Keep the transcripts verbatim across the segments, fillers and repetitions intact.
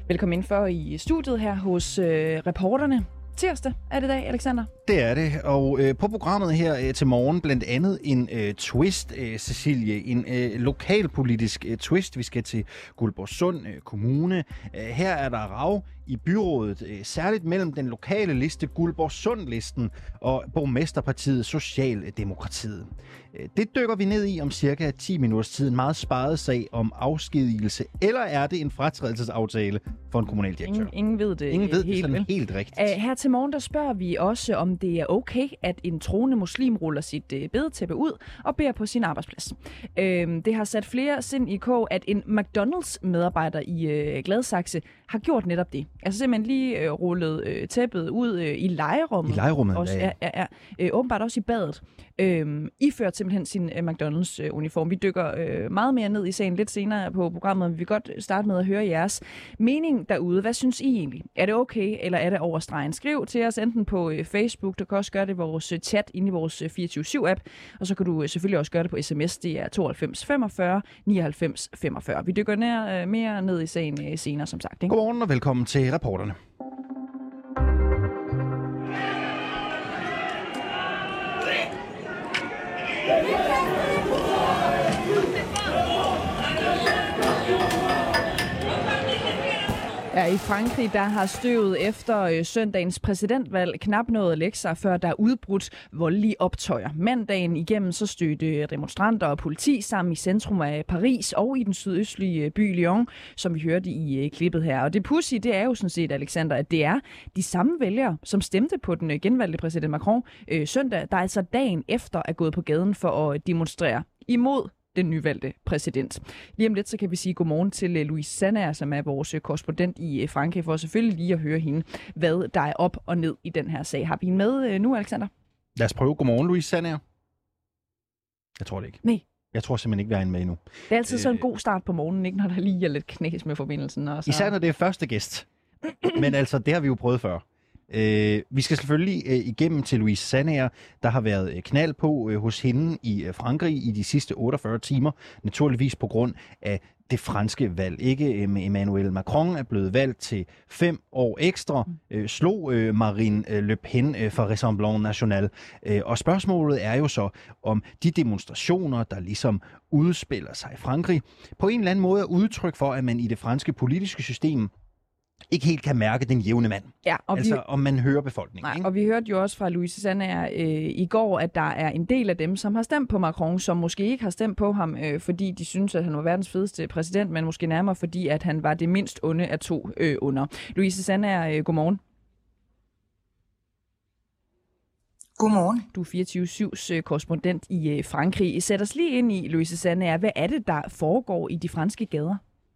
Velkommen ind for i studiet her hos øh, reporterne. Tirsdag er det i dag, Alexander. Det er det, og øh, på programmet her øh, til morgen blandt andet en øh, twist, øh, Cecilie, en øh, lokalpolitisk øh, twist. Vi skal til Guldborgsund øh, Kommune. Øh, her er der rav i byrådet, øh, særligt mellem den lokale liste Guldborgsund-listen og borgmesterpartiet Socialdemokratiet. Øh, det dykker vi ned i om cirka ti minutters tid. En meget sparet sag om afskedigelse, eller er det en fratrædelsesaftale for en kommunaldirektør? Ingen, ingen ved det Ingen ved helt, det sådan vel? helt rigtigt. Æh, her til morgen der spørger vi også, om det er okay, at en troende muslim ruller sit øh, bedetæppe ud og beder på sin arbejdsplads. Øh, det har sat flere sind i kog, at en McDonald's-medarbejder i øh, Gladsaxe har gjort netop det. Altså simpelthen lige øh, rullet øh, tæppet ud øh, i lejerummet. I lejerummet, også, ja. ja, ja. Øh, åbenbart også i badet. Øh, iført simpelthen sin øh, McDonald's-uniform. Vi dykker øh, meget mere ned i sagen lidt senere på programmet, men vi vil godt starte med at høre jeres mening derude. Hvad synes I egentlig? Er det okay, eller er det over stregen? Skriv til os enten på øh, Facebook, du kan også gøre det i vores øh, chat inde i vores øh, fireogtyve syv app, og så kan du øh, selvfølgelig også gøre det på sms. Det er tooghalvfems femogfyrre nioghalvfems femogfyrre. Vi dykker nær, øh, mere ned i sagen øh, senere, som sagt. Ikke? Godmorgen og velkommen til reporterne. Ja, i Frankrig der har støvet efter øh, søndagens præsidentvalg knap nået at lægge sig, før der er udbrudt voldelige optøjer. Mandagen igennem så stødte demonstranter og politi sammen i centrum af Paris og i den sydøstlige by Lyon, som vi hørte i øh, klippet her. Og det pudsige, det er jo sådan set, Alexander, at det er de samme vælgere, som stemte på den øh, genvalgte præsident Macron øh, søndag, der altså dagen efter er gået på gaden for at demonstrere imod den nyvalgte præsident. Lige om lidt, så kan vi sige godmorgen til Louise Sandager, som er vores korrespondent i Frankrig, for selvfølgelig lige at høre hende, hvad der er op og ned i den her sag. Har vi hende med nu, Alexander? Lad os prøve. Godmorgen, Louise Sandager. Jeg tror det ikke. Nej. Jeg tror simpelthen ikke, vi har hende med endnu. Det er altid sådan en god start på morgenen, ikke, når der lige er lidt knæs med forbindelsen. Og så... Især når det er første gæst. Men altså, det har vi jo prøvet før. Øh, vi skal selvfølgelig øh, igennem til Louise Sandager, der har været øh, knald på øh, hos hende i øh, Frankrig i de sidste otteogfyrre timer, naturligvis på grund af det franske valg. Ikke øh, med Emmanuel Macron er blevet valgt til fem år ekstra, øh, slog øh, Marine Le Pen øh, for Rassemblement National. Øh, og spørgsmålet er jo så, om de demonstrationer, der ligesom udspiller sig i Frankrig, på en eller anden måde er udtryk for, at man i det franske politiske system ikke helt kan mærke den jævne mand. Ja, og altså vi... om man hører befolkningen. Nej, ikke? og vi hørte jo også fra Louise Sandager øh, i går, at der er en del af dem, som har stemt på Macron, som måske ikke har stemt på ham, øh, fordi de synes, at han var verdens fedeste præsident, men måske nærmere fordi, at han var det mindst onde af to øh, under. Louise Sandager, øh, godmorgen. Godmorgen. Du er fireogtyve syvs øh, korrespondent i øh, Frankrig. Sæt os lige ind i, Louise Sandager, hvad er det, der foregår i de franske gader?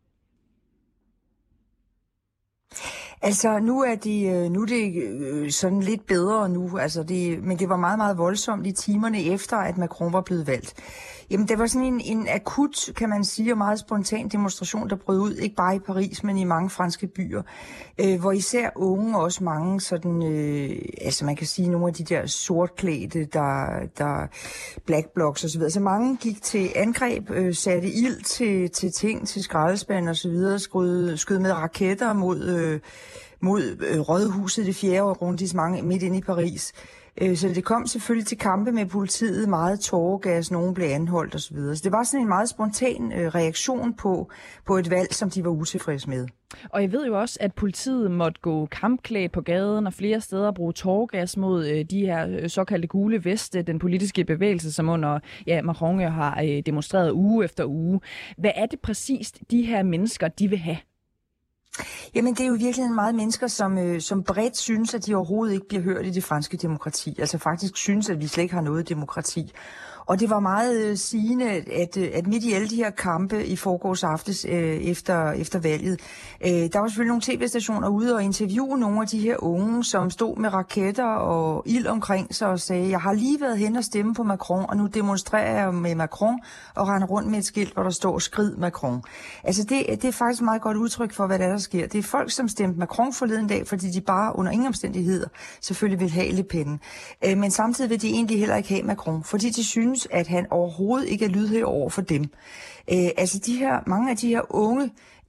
Altså, nu er det, nu er det sådan lidt bedre nu, altså det, men det var meget, meget voldsomt i timerne efter, at Macron var blevet valgt. Jamen, det var sådan en, en akut, kan man sige, og meget spontan demonstration, der brød ud, ikke bare i Paris, men i mange franske byer, øh, hvor især unge, og også mange sådan, øh, altså man kan sige, nogle af de der sortklædte, der, der black blocs og så videre, så mange gik til angreb, øh, satte ild til, til ting, til skraldespand og så videre, skød, skød med raketter mod, øh, mod øh, Rådhuset, det fjerde arrondissement midt inde i Paris. Så det kom selvfølgelig til kampe med politiet, meget tåregas, nogen blev anholdt osv. Så, så det var sådan en meget spontan øh, reaktion på, på et valg, som de var utilfredse med. Og jeg ved jo også, at politiet måtte gå kampklædt på gaden og flere steder bruge tåregas mod øh, de her øh, såkaldte gule veste, den politiske bevægelse, som under ja, Macron har øh, demonstreret uge efter uge. Hvad er det præcist, de her mennesker, de vil have? Jamen, det er jo virkelig meget mennesker, som, øh, som bredt synes, at de overhovedet ikke bliver hørt i det franske demokrati. Altså faktisk synes, at vi slet ikke har noget demokrati. Og det var meget øh, sigende, at, at midt i alle de her kampe i forgårs aftes øh, efter, efter valget, øh, der var selvfølgelig nogle tv-stationer ude og interviewe nogle af de her unge, som stod med raketter og ild omkring sig og sagde, jeg har lige været hen og stemme på Macron, og nu demonstrerer jeg med Macron og render rundt med et skilt, hvor der står skrid Macron. Altså det, det er faktisk et meget godt udtryk for, hvad der, der sker. Det er folk, som stemte Macron forleden dag, fordi de bare under ingen omstændigheder selvfølgelig vil have Le Pen. Øh, men samtidig vil de egentlig heller ikke have Macron, fordi de synes, at han overhovedet ikke er lydhør over for dem. Øh, altså de her, mange af de her unge,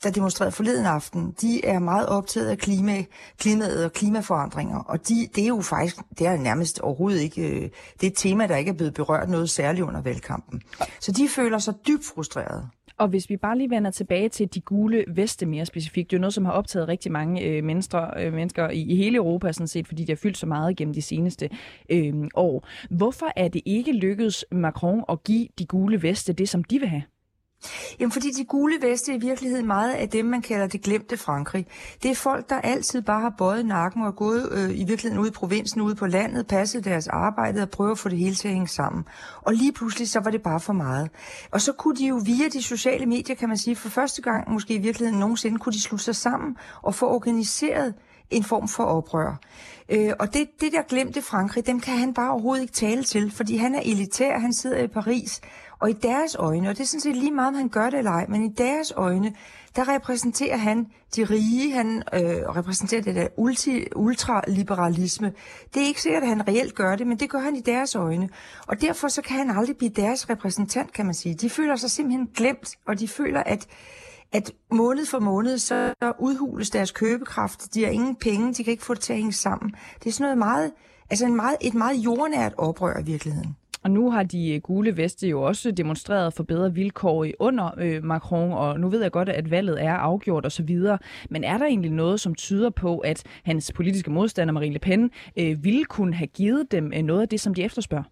der demonstrerede forleden aften, de er meget optaget af klima, klimaet og klimaforandringer, og de, det er jo faktisk, det er nærmest overhovedet ikke, øh, det er et tema, der ikke er blevet berørt noget særligt under valgkampen. Så de føler sig dybt frustrerede. Og hvis vi bare lige vender tilbage til de gule veste mere specifikt, det er jo noget, som har optaget rigtig mange øh, mennesker, øh, mennesker i, i hele Europa, sådan set, fordi de har fyldt så meget gennem de seneste øh, år. Hvorfor er det ikke lykkedes Macron at give de gule veste det, som de vil have? Jamen, fordi de gule veste i virkeligheden meget af dem, man kalder det glemte Frankrig. Det er folk, der altid bare har bøjet nakken og gået øh, i virkeligheden ude i provinsen, ude på landet, passet deres arbejde og prøvet at få det hele til at hænge sammen. Og lige pludselig, så var det bare for meget. Og så kunne de jo via de sociale medier, kan man sige, for første gang måske i virkeligheden nogensinde, kunne de slutte sig sammen og få organiseret en form for oprør. Øh, og det, det der glemte Frankrig, dem kan han bare overhovedet ikke tale til, fordi han er elitær, han sidder i Paris, og i deres øjne, og det er sådan set lige meget, om han gør det eller ej, men i deres øjne, der repræsenterer han de rige, han øh, repræsenterer det der ulti, ultraliberalisme. Det er ikke sikkert, at han reelt gør det, men det gør han i deres øjne. Og derfor så kan han aldrig blive deres repræsentant, kan man sige. De føler sig simpelthen glemt, og de føler, at at måned for måned, så udhules deres købekraft. De har ingen penge, de kan ikke få det til at hænge sammen. Det er sådan noget meget, altså en meget, et meget jordnært oprør i virkeligheden. Og nu har de gule veste jo også demonstreret for bedre vilkår under øh, Macron, og nu ved jeg godt, at valget er afgjort osv. Men er der egentlig noget, som tyder på, at hans politiske modstander, Marine Le Pen, øh, ville kunne have givet dem øh, noget af det, som de efterspørger?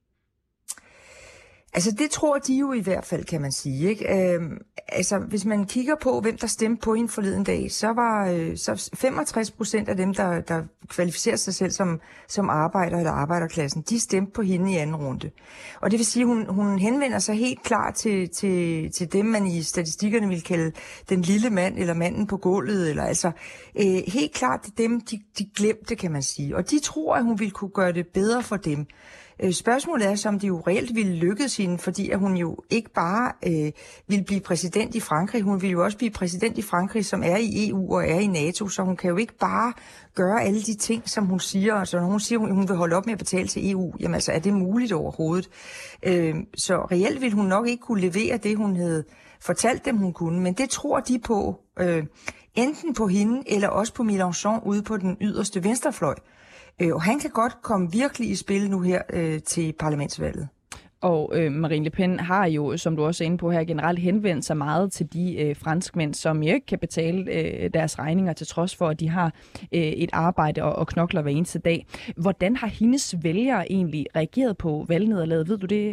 Altså det tror de jo i hvert fald, kan man sige, ikke? Øhm, altså hvis man kigger på, hvem der stemte på hende forleden dag, så var øh, så femogtres procent af dem, der, der kvalificerer sig selv som, som arbejder eller arbejderklassen, de stemte på hende i anden runde. Og det vil sige, hun, hun henvender sig helt klart til, til, til dem, man i statistikkerne vil kalde den lille mand eller manden på gulvet, eller altså øh, helt klart dem, de, de glemte, kan man sige. Og de tror, at hun ville kunne gøre det bedre for dem. Spørgsmålet er, om de jo reelt ville lykkes hende, fordi at hun jo ikke bare øh, ville blive præsident i Frankrig, hun ville jo også blive præsident i Frankrig, som er i E U og er i NATO, så hun kan jo ikke bare gøre alle de ting, som hun siger. Altså når hun siger, at hun vil holde op med at betale til E U, jamen altså er det muligt overhovedet? Øh, så reelt ville hun nok ikke kunne levere det, hun havde fortalt dem, hun kunne, men det tror de på, øh, enten på hende eller også på Mélenchon ude på den yderste venstrefløj. Og han kan godt komme virkelig i spil nu her øh, til parlamentsvalget. Og øh, Marine Le Pen har jo, som du også er inde på her, generelt henvendt sig meget til de øh, franskmænd, som ikke kan betale øh, deres regninger, til trods for, at de har øh, et arbejde og, og knokler hver eneste dag. Hvordan har hendes vælgere egentlig reageret på valgnederlaget? Ved du det?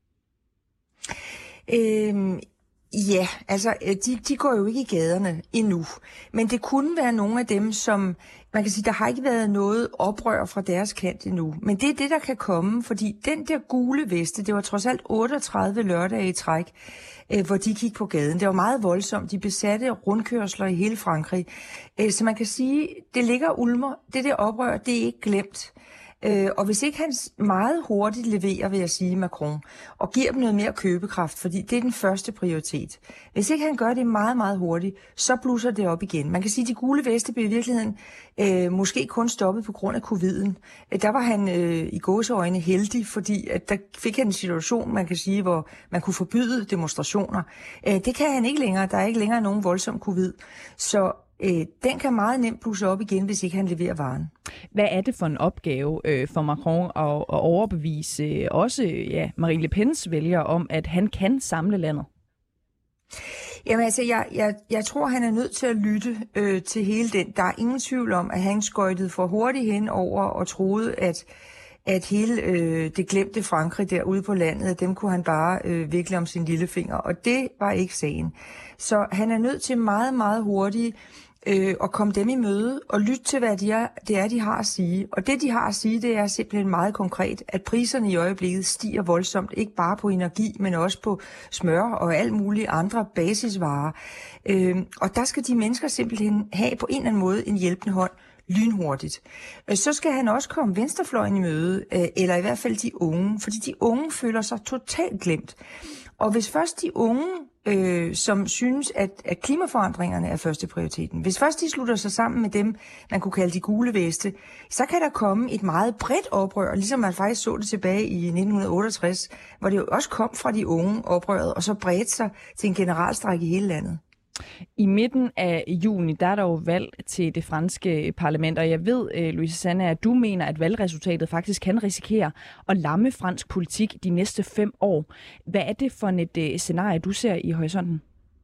Øhm Ja, altså de, de går jo ikke i gaderne endnu, men det kunne være nogle af dem, som man kan sige, der har ikke været noget oprør fra deres kant endnu, men det er det, der kan komme, fordi den der gule veste, det var trods alt otteogtredive lørdage i træk, øh, hvor de gik på gaden. Det var meget voldsomt, de besatte rundkørsler i hele Frankrig, øh, så man kan sige, det ligger ulmer, det der oprør, det er ikke glemt. Øh, og hvis ikke han meget hurtigt leverer, vil jeg sige, Macron, og giver dem noget mere købekraft, fordi det er den første prioritet. Hvis ikke han gør det meget, meget hurtigt, så blusser det op igen. Man kan sige, at de gule veste blev i virkeligheden øh, måske kun stoppet på grund af coviden. Der var han øh, i gåseøjne heldig, fordi at der fik han en situation, man kan sige, hvor man kunne forbyde demonstrationer. Øh, det kan han ikke længere. Der er ikke længere nogen voldsom covid. Så Øh, den kan meget nemt blusse op igen, hvis ikke han leverer varen. Hvad er det for en opgave øh, for Macron at, at overbevise øh, også ja, Marine Le Pens vælgere om, at han kan samle landet? Jamen altså, jeg, jeg, jeg tror, han er nødt til at lytte øh, til hele den. Der er ingen tvivl om, at han skøjtede for hurtigt hen over og troede, at at hele øh, det glemte Frankrig derude på landet, at dem kunne han bare øh, vikle om sin lillefinger. Og det var ikke sagen. Så han er nødt til meget, meget hurtigt øh, at komme dem i møde og lytte til, hvad de er, det er, de har at sige. Og det, de har at sige, det er simpelthen meget konkret, at priserne i øjeblikket stiger voldsomt, ikke bare på energi, men også på smør og alt mulige andre basisvarer. Øh, og der skal de mennesker simpelthen have på en eller anden måde en hjælpende hånd, lynhurtigt. Så skal han også komme venstrefløjen i møde, eller i hvert fald de unge, fordi de unge føler sig totalt glemt. Og hvis først de unge, øh, som synes, at, at klimaforandringerne er første prioriteten, hvis først de slutter sig sammen med dem, man kunne kalde de gule veste, så kan der komme et meget bredt oprør, ligesom man faktisk så det tilbage i nitten otteogtres, hvor det jo også kom fra de unge oprøret, og så bredte sig til en generalstrejke i hele landet. I midten af juni, der er der jo valg til det franske parlament, og jeg ved, Louise Sandager, at du mener, at valgresultatet faktisk kan risikere at lamme fransk politik de næste fem år. Hvad er det for et scenarie, du ser i horisonten?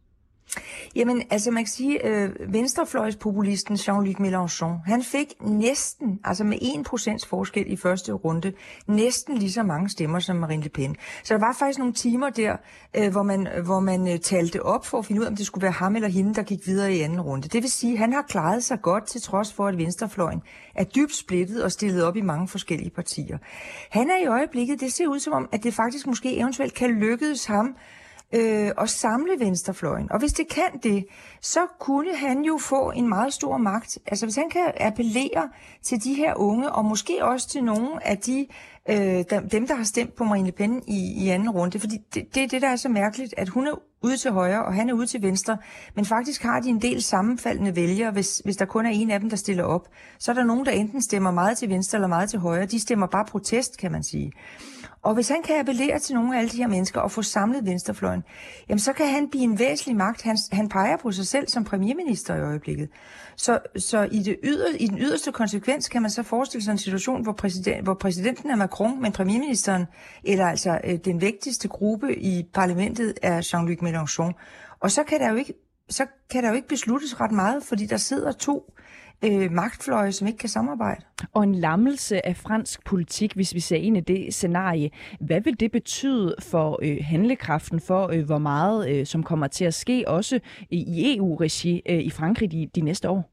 Jamen, altså man kan sige, øh, venstrefløjspopulisten Jean-Luc Mélenchon, han fik næsten, altså med en procents forskel i første runde, næsten lige så mange stemmer som Marine Le Pen. Så der var faktisk nogle timer der, øh, hvor man, hvor man øh, talte op for at finde ud af, om det skulle være ham eller hende, der gik videre i anden runde. Det vil sige, at han har klaret sig godt til trods for, at venstrefløjen er dybt splittet og stillet op i mange forskellige partier. Han er i øjeblikket, det ser ud som om, at det faktisk måske eventuelt kan lykkes ham Øh, og samle venstrefløjen. Og hvis det kan det, så kunne han jo få en meget stor magt. Altså hvis han kan appellere til de her unge, og måske også til nogle af de, øh, dem, der har stemt på Marine Le Pen i, i anden runde. Fordi det, det er det, der er så mærkeligt, at hun er ude til højre, og han er ude til venstre. Men faktisk har de en del sammenfaldende vælgere, hvis, hvis der kun er en af dem, der stiller op. Så er der nogen, der enten stemmer meget til venstre eller meget til højre. De stemmer bare protest, kan man sige. Og hvis han kan appellere til nogle af alle de her mennesker og få samlet venstrefløjen, jamen så kan han blive en væsentlig magt. Han, han peger på sig selv som premierminister i øjeblikket. Så, så i, det yder, i den yderste konsekvens kan man så forestille sig en situation, hvor, præsident, hvor præsidenten er Macron, men premierministeren, eller altså øh, den vigtigste gruppe i parlamentet, er Jean-Luc Mélenchon. Og så kan der jo ikke, så kan der jo ikke besluttes ret meget, fordi der sidder to Øh, magtfløje, som ikke kan samarbejde. Og en lammelse af fransk politik, hvis vi ser ind i det scenarie, hvad vil det betyde for øh, handlekraften, for øh, hvor meget, øh, som kommer til at ske også i E U-regi øh, i Frankrig de, de næste år?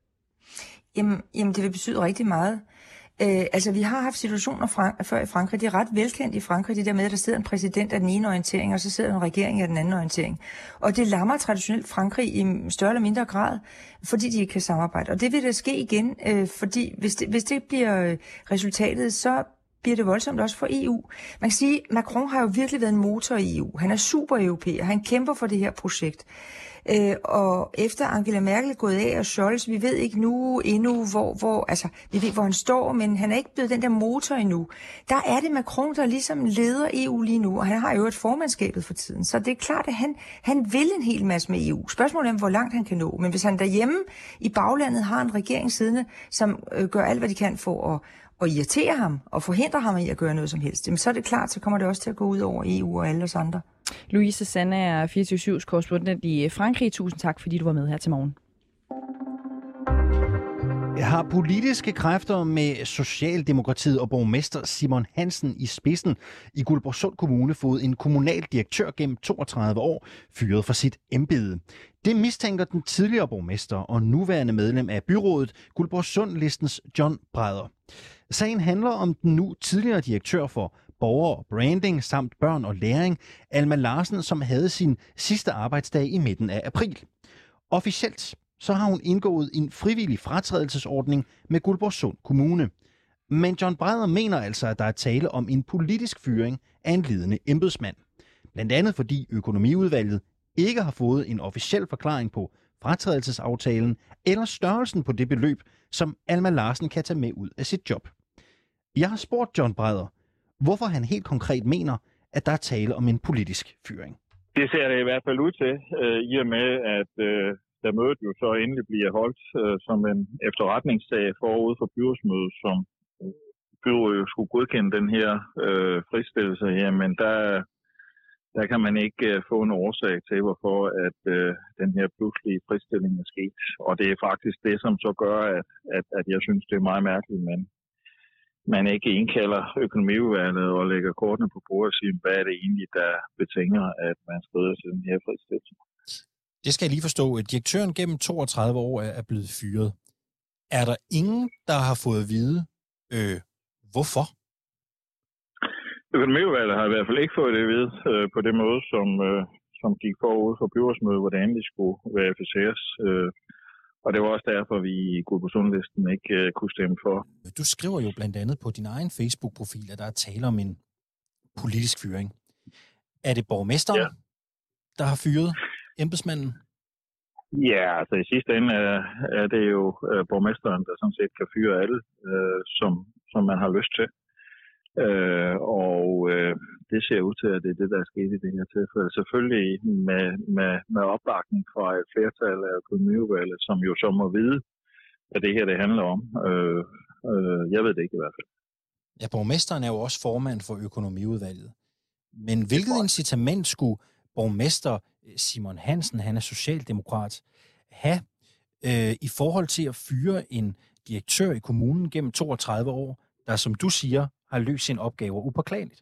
Jamen, jamen, det vil betyde rigtig meget. Øh, altså, vi har haft situationer fra, før i Frankrig. Det er ret velkendt i Frankrig, det der med, at der sidder en præsident af den ene orientering, og så sidder en regering af den anden orientering. Og det lammer traditionelt Frankrig i større eller mindre grad, fordi de ikke kan samarbejde. Og det vil der ske igen, øh, fordi hvis det, hvis det bliver resultatet, så bliver det voldsomt også for E U. Man kan sige, at Macron har jo virkelig været en motor i E U. Han er super-europæer. Han kæmper for det her projekt. Øh, og efter Angela Merkel er gået af, og Scholz, vi ved ikke nu endnu, hvor, hvor, altså, vi ved, hvor han står, men han er ikke blevet den der motor endnu. Der er det Macron, der ligesom leder E U lige nu, og han har jo et formandskabet for tiden. Så det er klart, at han, han vil en hel masse med E U. Spørgsmålet er, hvor langt han kan nå. Men hvis han derhjemme i baglandet har en regering siddende, som øh, gør alt, hvad de kan for at og irritere ham og forhindre ham i at gøre noget som helst, jamen så er det klart, så kommer det også til at gå ud over E U og alle os andre. Louise Sandager, fireogtyve syv's korrespondent i Frankrig. Tusind tak, fordi du var med her til morgen. Har politiske kræfter med Socialdemokratiet og borgmester Simon Hansen i spidsen i Guldborgsund Kommune fået en kommunal direktør gennem toogtredive år fyret fra sit embede. Det mistænker den tidligere borgmester og nuværende medlem af byrådet, Guldborgsund-listens John Brædder. Sagen handler om den nu tidligere direktør for borger og branding samt børn og læring, Alma Larsen, som havde sin sidste arbejdsdag i midten af april. Officielt så har hun indgået en frivillig fratrædelsesordning med Guldborgsund Kommune. Men John Brædder mener altså, at der er tale om en politisk fyring af en ledende embedsmand. Blandt andet fordi økonomiudvalget ikke har fået en officiel forklaring på fratrædelsesaftalen eller størrelsen på det beløb, som Alma Larsen kan tage med ud af sit job. Jeg har spurgt John Brædder, hvorfor han helt konkret mener, at der er tale om en politisk fyring. Det ser det i hvert fald ud til, øh, i og med, at øh, da mødet jo så endelig bliver holdt øh, som en efterretningssag forud for byrådsmødet, som byrådet jo skulle godkende den her øh, fristillelse, jamen der, der kan man ikke øh, få en årsag til, hvorfor at øh, den her pludselige fristilling er sket. Og det er faktisk det, som så gør, at, at, at jeg synes, det er meget mærkeligt, men man ikke indkalder økonomiudvalget og lægger kortene på bordet og siger, hvad er det egentlig, der betinger, at man skrider til den her fristillelse. Det skal jeg lige forstå. Direktøren gennem toogtredive år er blevet fyret. Er der ingen, der har fået at vide, øh, hvorfor? Økonomiudvalget har i hvert fald ikke fået det at vide øh, på det måde, som, øh, som gik forud for byrådsmødet, hvordan de skulle verificeres. Øh, og det var også derfor, vi i Guldborgsund-listen ikke øh, kunne stemme for. Du skriver jo blandt andet på din egen Facebook-profil, at der er tale om en politisk fyring. Er det borgmesteren, ja, der har fyret embedsmanden? Ja, altså i sidste ende er, er det jo øh, borgmesteren, der sådan set kan fyre alle, øh, som, som man har lyst til. Øh, og øh, det ser ud til, at det er det, der er sket i det her tilfælde. Selvfølgelig med, med, med opbakning fra et flertal af økonomiudvalget, som jo så må vide, hvad det her det handler om. Øh, øh, jeg ved det ikke i hvert fald. Ja, borgmesteren er jo også formand for økonomiudvalget. Men hvilket incitament skulle borgmester Simon Hansen, han er socialdemokrat, have øh, i forhold til at fyre en direktør i kommunen gennem toogtredive år, der, som du siger, har løst sine opgaver upåklageligt?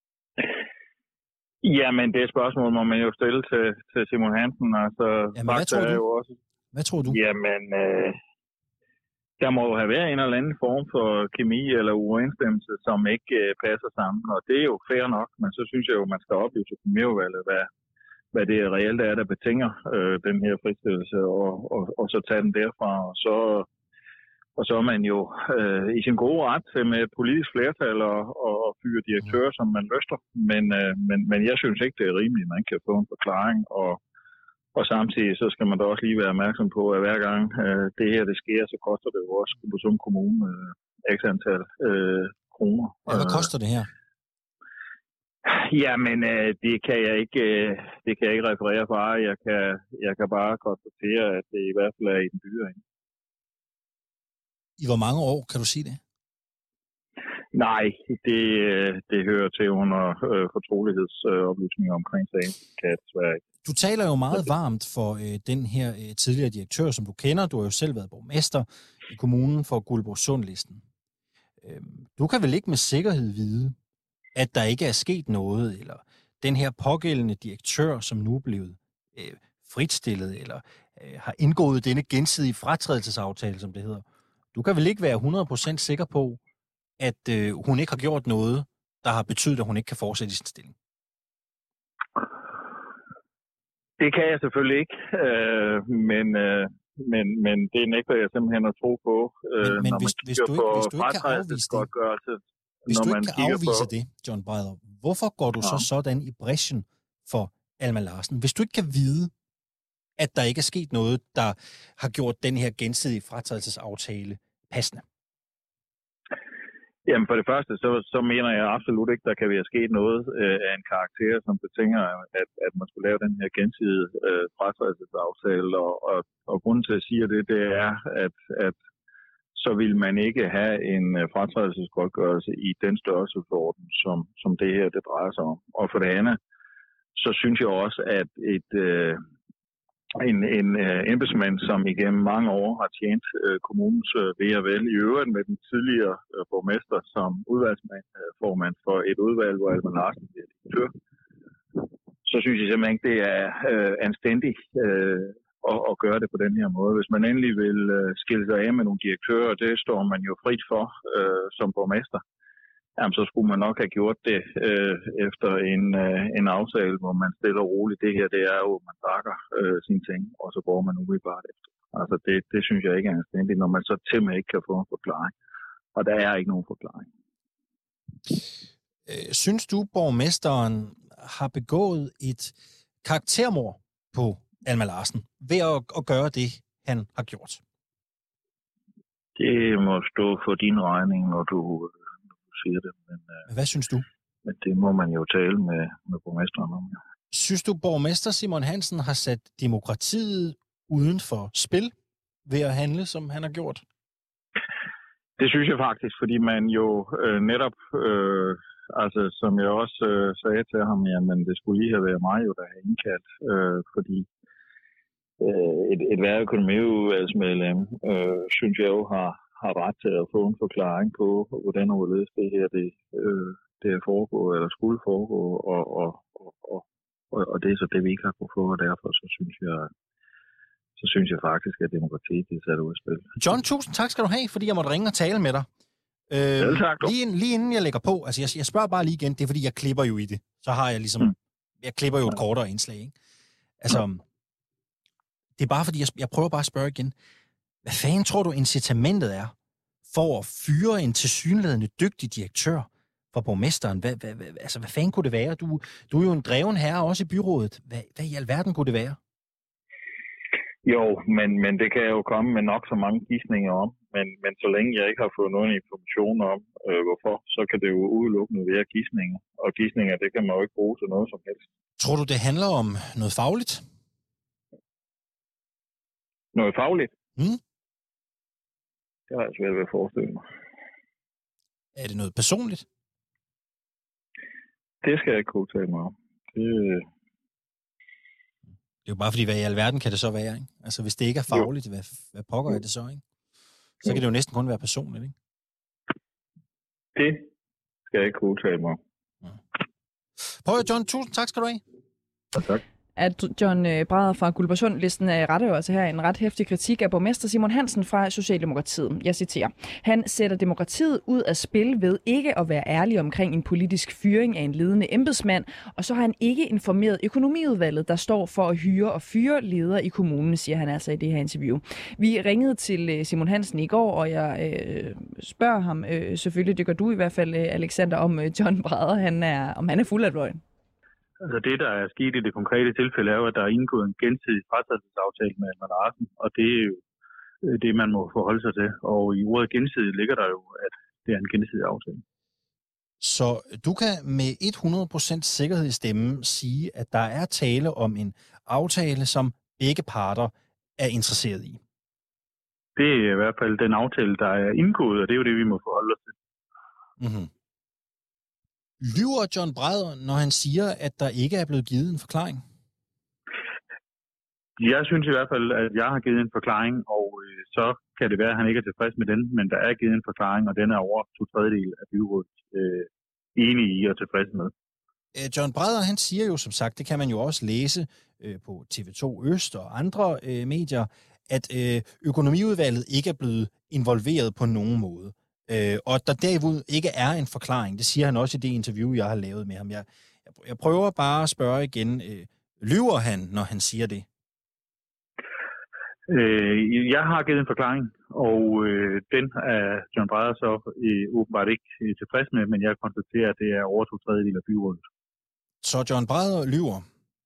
Jamen, det spørgsmål må man jo stille til, til Simon Hansen. Altså, Jamen, hvad tror du? Jo også... Hvad tror du? Jamen, øh, der må jo have været en eller anden form for kemi eller uoverensstemmelse, som ikke øh, passer sammen. Og det er jo fair nok, men så synes jeg jo, man skal oplyse økonomiudvalget, hvad, hvad det reelt er, der betinger øh, den her fristillelse, og, og, og så tage den derfra. Og så, og så er man jo øh, i sin gode ret til med et politisk flertal og, og, og fyre direktører, som man lyster. Men, øh, men, men jeg synes ikke, det er rimeligt, at man kan få en forklaring. Og, og samtidig så skal man da også lige være opmærksom på, at hver gang øh, det her det sker, så koster det jo også som kommune øh, x antal øh, kroner. Ja, hvad koster det her? Jamen, øh, det kan jeg ikke, øh, det kan jeg ikke referere fra. Jeg kan, jeg kan bare konstatere, at det i hvert fald er i den dyre. I hvor mange år, kan du sige det? Nej, det, det hører til under øh, fortrolighedsoplysninger øh, omkring sagen. Kan jeg desværre ikke. Du taler jo meget varmt for øh, den her øh, tidligere direktør, som du kender. Du har jo selv været borgmester i kommunen for Guldborgsund-listen. Øh, du kan vel ikke med sikkerhed vide, at der ikke er sket noget, eller den her pågældende direktør, som nu er blevet øh, fritstillet, eller øh, har indgået denne gensidige fratrædelsesaftale, som det hedder. Du kan vel ikke være hundrede procent sikker på, at øh, hun ikke har gjort noget, der har betydet, at hun ikke kan fortsætte i sin stilling? Det kan jeg selvfølgelig ikke, øh, men, øh, men, men det nægter jeg simpelthen at tro på. Øh, men men når hvis, man hvis, du ikke, hvis du ikke kan afvise det, hvis du ikke kan afvise det, John Breider, hvorfor går du ja. så sådan i brechen for Alma Larsen? Hvis du ikke kan vide, at der ikke er sket noget, der har gjort den her gensidige fratrædelsesaftale passende? Jamen for det første, så, så mener jeg absolut ikke, der kan være sket noget øh, af en karakter, som betinger, at, at man skulle lave den her gensidige øh, fratrædelsesaftale. Og, og, og grunden til at sige det, det er, at, at så vil man ikke have en øh, fratrædelsesgodtgørelse i den størrelsesorden, som, som det her det drejer sig om. Og for det andet, så synes jeg også, at et... Øh, En, en uh, embedsmand, som igennem mange år har tjent uh, kommunens uh, ved og vel, i øvrigt med den tidligere uh, borgmester som udvalgsformand uh, for et udvalg, hvor Alma Larsen bliver direktør, så synes jeg simpelthen ikke, det er uh, anstændigt uh, at, at gøre det på den her måde. Hvis man endelig vil uh, skille sig af med nogle direktører, det står man jo frit for uh, som borgmester. Jamen, så skulle man nok have gjort det øh, efter en, øh, en aftale, hvor man stiller roligt. Det her, det er jo, at man bakker øh, sine ting, og så går man umiddelbart efter. Altså, det, det synes jeg ikke er anstændigt, når man så til med ikke kan få en forklaring. Og der er ikke nogen forklaring. Øh, synes du, borgmesteren har begået et karaktermord på Alma Larsen ved at, at gøre det, han har gjort? Det må stå for din regning, når du... siger det, men, men hvad synes du? Men det må man jo tale med, med borgmesteren om. Ja. Synes du, borgmester Simon Hansen har sat demokratiet uden for spil ved at handle, som han har gjort? Det synes jeg faktisk, fordi man jo øh, netop, øh, altså som jeg også øh, sagde til ham, jamen det skulle lige have været mig, jo, der har indkaldt, øh, fordi øh, et, et værøkonomiudvalgsmedlem, øh, synes jeg jo har har ret til at få en forklaring på, hvordan og hvorledes det her det, øh, det er foregået, eller skulle foregå, og, og, og, og, og det er så det, vi ikke har kunnet få, og derfor så synes jeg, så synes jeg faktisk, at demokratiet er sat ud af spil. John, tusind tak skal du have, fordi jeg måtte ringe og tale med dig. Øh, ja, tak, lige, lige inden jeg lægger på, altså jeg, jeg spørger bare lige igen, det er fordi, jeg klipper jo i det. Så har jeg ligesom, mm. jeg klipper jo et kortere indslag, ikke? Altså, mm. det er bare fordi, jeg, jeg prøver bare at spørge igen. Hvad fanden tror du incitamentet er for at fyre en tilsyneladende dygtig direktør for borgmesteren? Hvad, hvad, hvad, altså, hvad fanden kunne det være? Du, du er jo en dreven herre også i byrådet. Hvad, hvad i alverden kunne det være? Jo, men, men det kan jo komme med nok så mange gidsninger om. men, men så længe jeg ikke har fået nogen information om, øh, hvorfor, så kan det jo udelukkende være gidsninger. Og gidsninger, det kan man jo ikke bruge til noget som helst. Tror du, det handler om noget fagligt? Noget fagligt? Mm. Det har jeg svært ved at forestille mig. Er det noget personligt? Det skal jeg ikke kunne tale mig om. Det... det er jo bare fordi, hvad i alverden kan det så være, ikke? Altså, hvis det ikke er fagligt, hvad, hvad pokker er det så, ikke? Så kan det jo næsten kun være personligt, ikke? Det skal jeg ikke kunne tale mig om. Ja. Prøv at John, tusind tak skal du have. Ja, tak. At John Brædder fra Guldborgsund-listen retter jo altså her en ret heftig kritik af borgmester Simon Hansen fra Socialdemokratiet. Jeg citerer. Han sætter demokratiet ud af spil ved ikke at være ærlig omkring en politisk fyring af en ledende embedsmand, og så har han ikke informeret økonomiudvalget, der står for at hyre og fyre ledere i kommunen, siger han altså i det her interview. Vi ringede til Simon Hansen i går, og jeg øh, spørger ham øh, selvfølgelig, det gør du i hvert fald, Alexander, om øh, John Brædder, han er, om han er fuld af løgn. Altså det, der er sket i det konkrete tilfælde, er jo, at der er indgået en gensidig fratrædelsesaftale med Alma Larsen, og det er jo det, man må forholde sig til. Og i ordet gensidig ligger der jo, at det er en gensidig aftale. Så du kan med hundrede procent sikkerhed i stemmen sige, at der er tale om en aftale, som begge parter er interesseret i? Det er i hvert fald den aftale, der er indgået, og det er jo det, vi må forholde os til. Mm-hmm. Lyver John Brædder, når han siger, at der ikke er blevet givet en forklaring? Jeg synes i hvert fald, at jeg har givet en forklaring, og øh, så kan det være, at han ikke er tilfreds med den, men der er givet en forklaring, og den er over to tredjedel af byrådet øh, enige i og tilfreds med. John Brædder, han siger jo som sagt, det kan man jo også læse øh, på T V to Øst og andre øh, medier, at øh, økonomiudvalget ikke er blevet involveret på nogen måde. Øh, og der derud ikke er en forklaring. Det siger han også i det interview, jeg har lavet med ham. Jeg, jeg, jeg prøver bare at spørge igen. Øh, lyver han, når han siger det? Øh, jeg har givet en forklaring, og øh, den er John Brædder så øh, åbenbart ikke øh, tilfreds med, men jeg konstaterer, at det er over to tredjedel af byrådet. Så John Brædder lyver?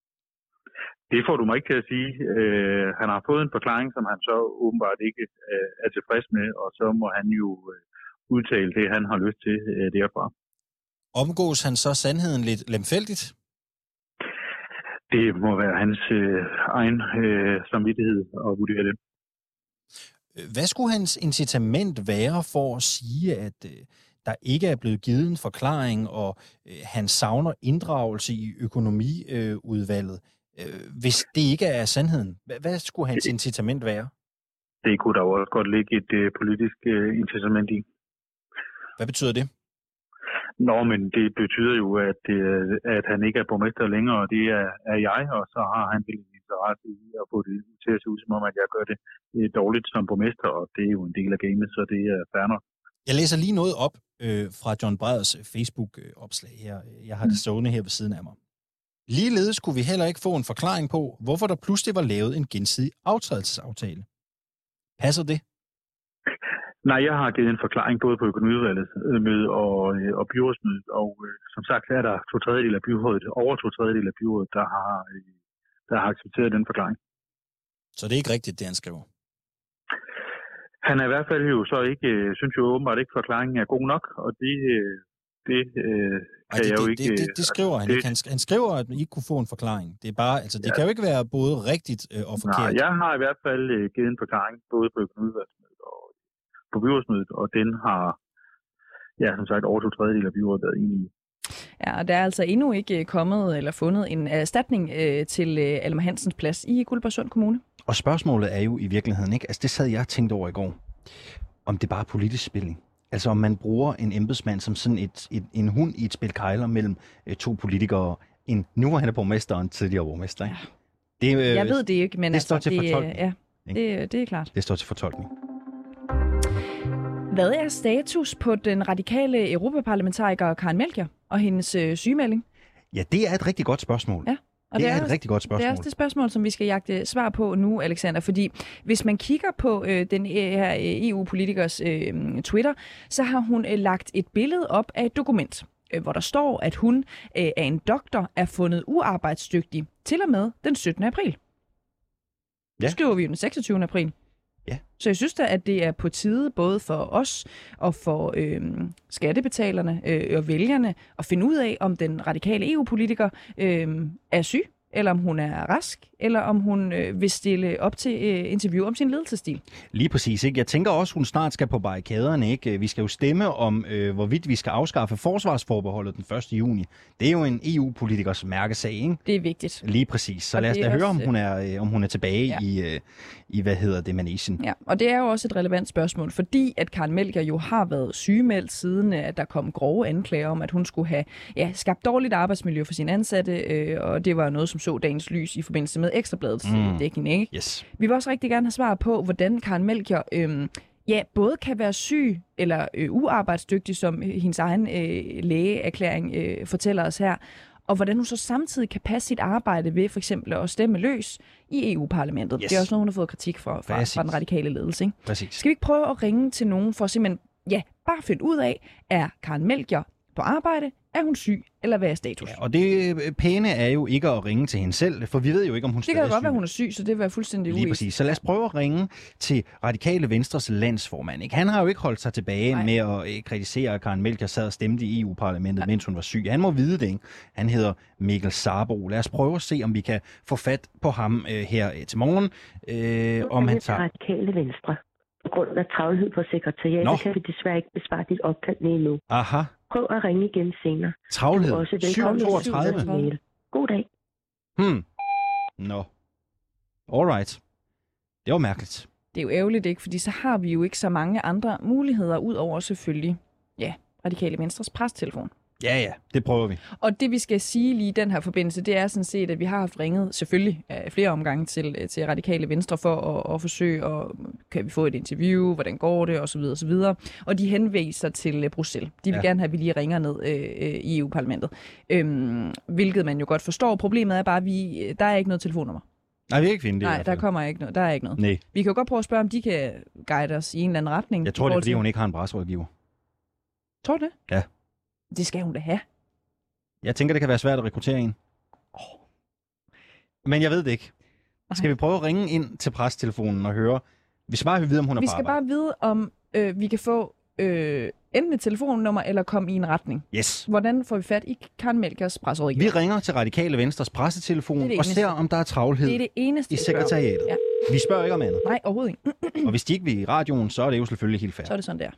Det får du mig ikke til at sige. Øh, han har fået en forklaring, som han så åbenbart ikke øh, er tilfreds med, og så må han jo øh, udtale det, han har lyst til øh, derfra. Omgås han så sandheden lidt lemfældigt? Det må være hans øh, egen øh, samvittighed at vurdere det. Hvad skulle hans incitament være for at sige, at øh, der ikke er blevet givet en forklaring, og øh, han savner inddragelse i økonomiudvalget, øh, hvis det ikke er sandheden? Hvad, hvad skulle hans incitament være? Det kunne der jo også godt ligge et øh, politisk øh, incitament i. Hvad betyder det? Nå, men det betyder jo, at, øh, at han ikke er borgmester længere, og det er, er jeg, og så har han vel en interesse i at få det til at se ud, som om at jeg gør det øh, dårligt som borgmester, og det er jo en del af gamet, så det er fair nok. Jeg læser lige noget op øh, fra John Brædders Facebook-opslag her. Jeg har det stående her ved siden af mig. Ligeledes kunne vi heller ikke få en forklaring på, hvorfor der pludselig var lavet en gensidig aftrædelsesaftale. Passer det? Nej, jeg har givet en forklaring både på økonomiudvalget møde og, og byrådsmødet, og øh, som sagt er der to tredjedel af byrådet, over to tredjedel af byrådet, der har, øh, der har accepteret den forklaring. Så det er ikke rigtigt, det han skriver? Han er i hvert fald jo så ikke, øh, synes jo åbenbart ikke, forklaringen er god nok, og det, øh, det øh, kan Ej, det, jeg jo det, ikke... Det, det, det skriver han det, ikke. Han, han skriver, at man ikke kunne få en forklaring. Det er bare, altså det ja. kan jo ikke være både rigtigt øh, og forkert. Nej, jeg har i hvert fald øh, givet en forklaring, både på økonomiudvalget på byrådsmødet, og den har, ja, som sagt, over to tredjedel af byrådet været enige i. Ja, og der er altså endnu ikke kommet eller fundet en erstatning øh, til øh, Alma Hansens plads i Guldborgsund Kommune. Og spørgsmålet er jo i virkeligheden ikke, altså det sad jeg og tænkte over i går, om det bare er politisk spilling. Altså om man bruger en embedsmand som sådan et, et, en hund i et spil kejler mellem øh, to politikere, en nuværende borgmester og en tidligere borgmester. Ikke? Det, øh, jeg ved det ikke, men det altså, står til det, fortolkning. Ja, det, det er klart. Det står til fortolkning. Hvad er status på den radikale europaparlamentariker Karen Melchior og hendes øh, sygemelding? Ja, det er et rigtig godt spørgsmål. Ja, og det, det er, er et rigtig godt spørgsmål. Det er også det spørgsmål, som vi skal jagte svar på nu, Alexander. Fordi hvis man kigger på øh, den her E U-politikers øh, Twitter, så har hun øh, lagt et billede op af et dokument, øh, hvor der står, at hun øh, af en doktor er fundet uarbejdsdygtig til og med den syttende april. Ja. Nu skriver vi jo den seksogtyvende april. Ja. Så jeg synes da, at det er på tide, både for os og for øh, skattebetalerne øh, og vælgerne, at finde ud af, om den radikale E U-politiker øh, er syg, eller om hun er rask, eller om hun øh, vil stille op til øh, interview om sin ledelsesstil. Lige præcis, ikke? Jeg tænker også, hun snart skal på barrikaderne, ikke? Vi skal jo stemme om, øh, hvorvidt vi skal afskaffe forsvarsforbeholdet den første juni. Det er jo en E U-politikers mærkesag, ikke? Det er vigtigt. Lige præcis. Så og lad os da også, høre, om hun er, øh, om hun er tilbage ja. i, øh, i, hvad hedder det, Manesien. Ja, og det er jo også et relevant spørgsmål, fordi at Karen Melchior jo har været sygemeldt siden, at der kom grove anklager om, at hun skulle have ja, skabt dårligt arbejdsmiljø for sine ansatte, øh, og det var noget, som så dagens lys i forbindelse med Ekstrabladets mm. dækning, ikke? Yes. Vi vil også rigtig gerne have svar på, hvordan Karen Melchior øh, ja, både kan være syg eller øh, uarbejdsdygtig, som hendes egen øh, lægeerklæring øh, fortæller os her, og hvordan hun så samtidig kan passe sit arbejde ved for eksempel at stemme løs i E U-parlamentet. Yes. Det er også noget, hun har fået kritik fra, fra, fra den radikale ledelse. Ikke? Præcis. Skal vi ikke prøve at ringe til nogen for simpelthen, ja, bare finde ud af, er Karen Melchior på arbejde, er hun syg, eller hvad er status? Ja, og det pæne er jo ikke at ringe til hende selv, for vi ved jo ikke, om hun stadig er syg. Det kan jo godt være, hun er syg, så det vil være fuldstændig Lige præcis. Så lad os prøve at ringe til Radikale Venstres landsformand. Ikke? Han har jo ikke holdt sig tilbage Nej. med at eh, kritisere, at Karen Melchior sad og stemte i E U-parlamentet, Nej. mens hun var syg. Han må vide det, ikke? Han hedder Mikkel Sarbo. Lad os prøve at se, om vi kan få fat på ham eh, her eh, til morgen. Eh, om han tager... Radikale Venstre. På grund af travlhed på sekretariatet Nå. kan vi desværre ikke besvare dit opkald lige nu. Aha. Prøv at ringe igen senere. Travlhed. syv toogtredive. God dag. Hmm. Nå. No. Alright. Det var mærkeligt. Det er jo ærgerligt, ikke? Fordi så har vi jo ikke så mange andre muligheder, ud over selvfølgelig, ja, Radikale Venstres prestelefon. Ja, ja, det prøver vi. Og det, vi skal sige lige i den her forbindelse, det er sådan set, at vi har haft ringet selvfølgelig flere omgange til, til Radikale Venstre for at, at forsøge, at kan vi få et interview, hvordan går det, osv. osv. Og de henviser til Bruxelles. De vil ja. gerne have, at vi lige ringer ned øh, i E U-parlamentet. Øhm, hvilket man jo godt forstår. Problemet er bare, at vi, der er ikke noget telefonnummer. Nej, vi kan ikke finde det. Nej, der kommer ikke noget. Der er ikke noget. Nej. Vi kan jo godt prøve at spørge, om de kan guide os i en eller anden retning. Jeg tror, det er, fordi hun ikke har en presserådgiver. Tror du det? Ja. Det skal hun da have. Jeg tænker, det kan være svært at rekruttere en. Oh. Men jeg ved det ikke. Skal vi prøve at ringe ind til presstelefonen og høre? Vi skal bare vide, om hun er vi på skal arbejde. bare vide, om øh, vi kan få øh, enten et telefonnummer eller komme i en retning. Yes. Hvordan får vi fat i Karen Melchiors presserådgiver? Vi ringer til Radikale Venstres pressetelefon det det og ser, om der er travlhed det er det eneste, i sekretariatet. Ja. Vi spørger ikke om andet. Nej, overhovedet ikke. Og hvis de ikke vil i radioen, så er det jo selvfølgelig helt fair. Så er det sådan der.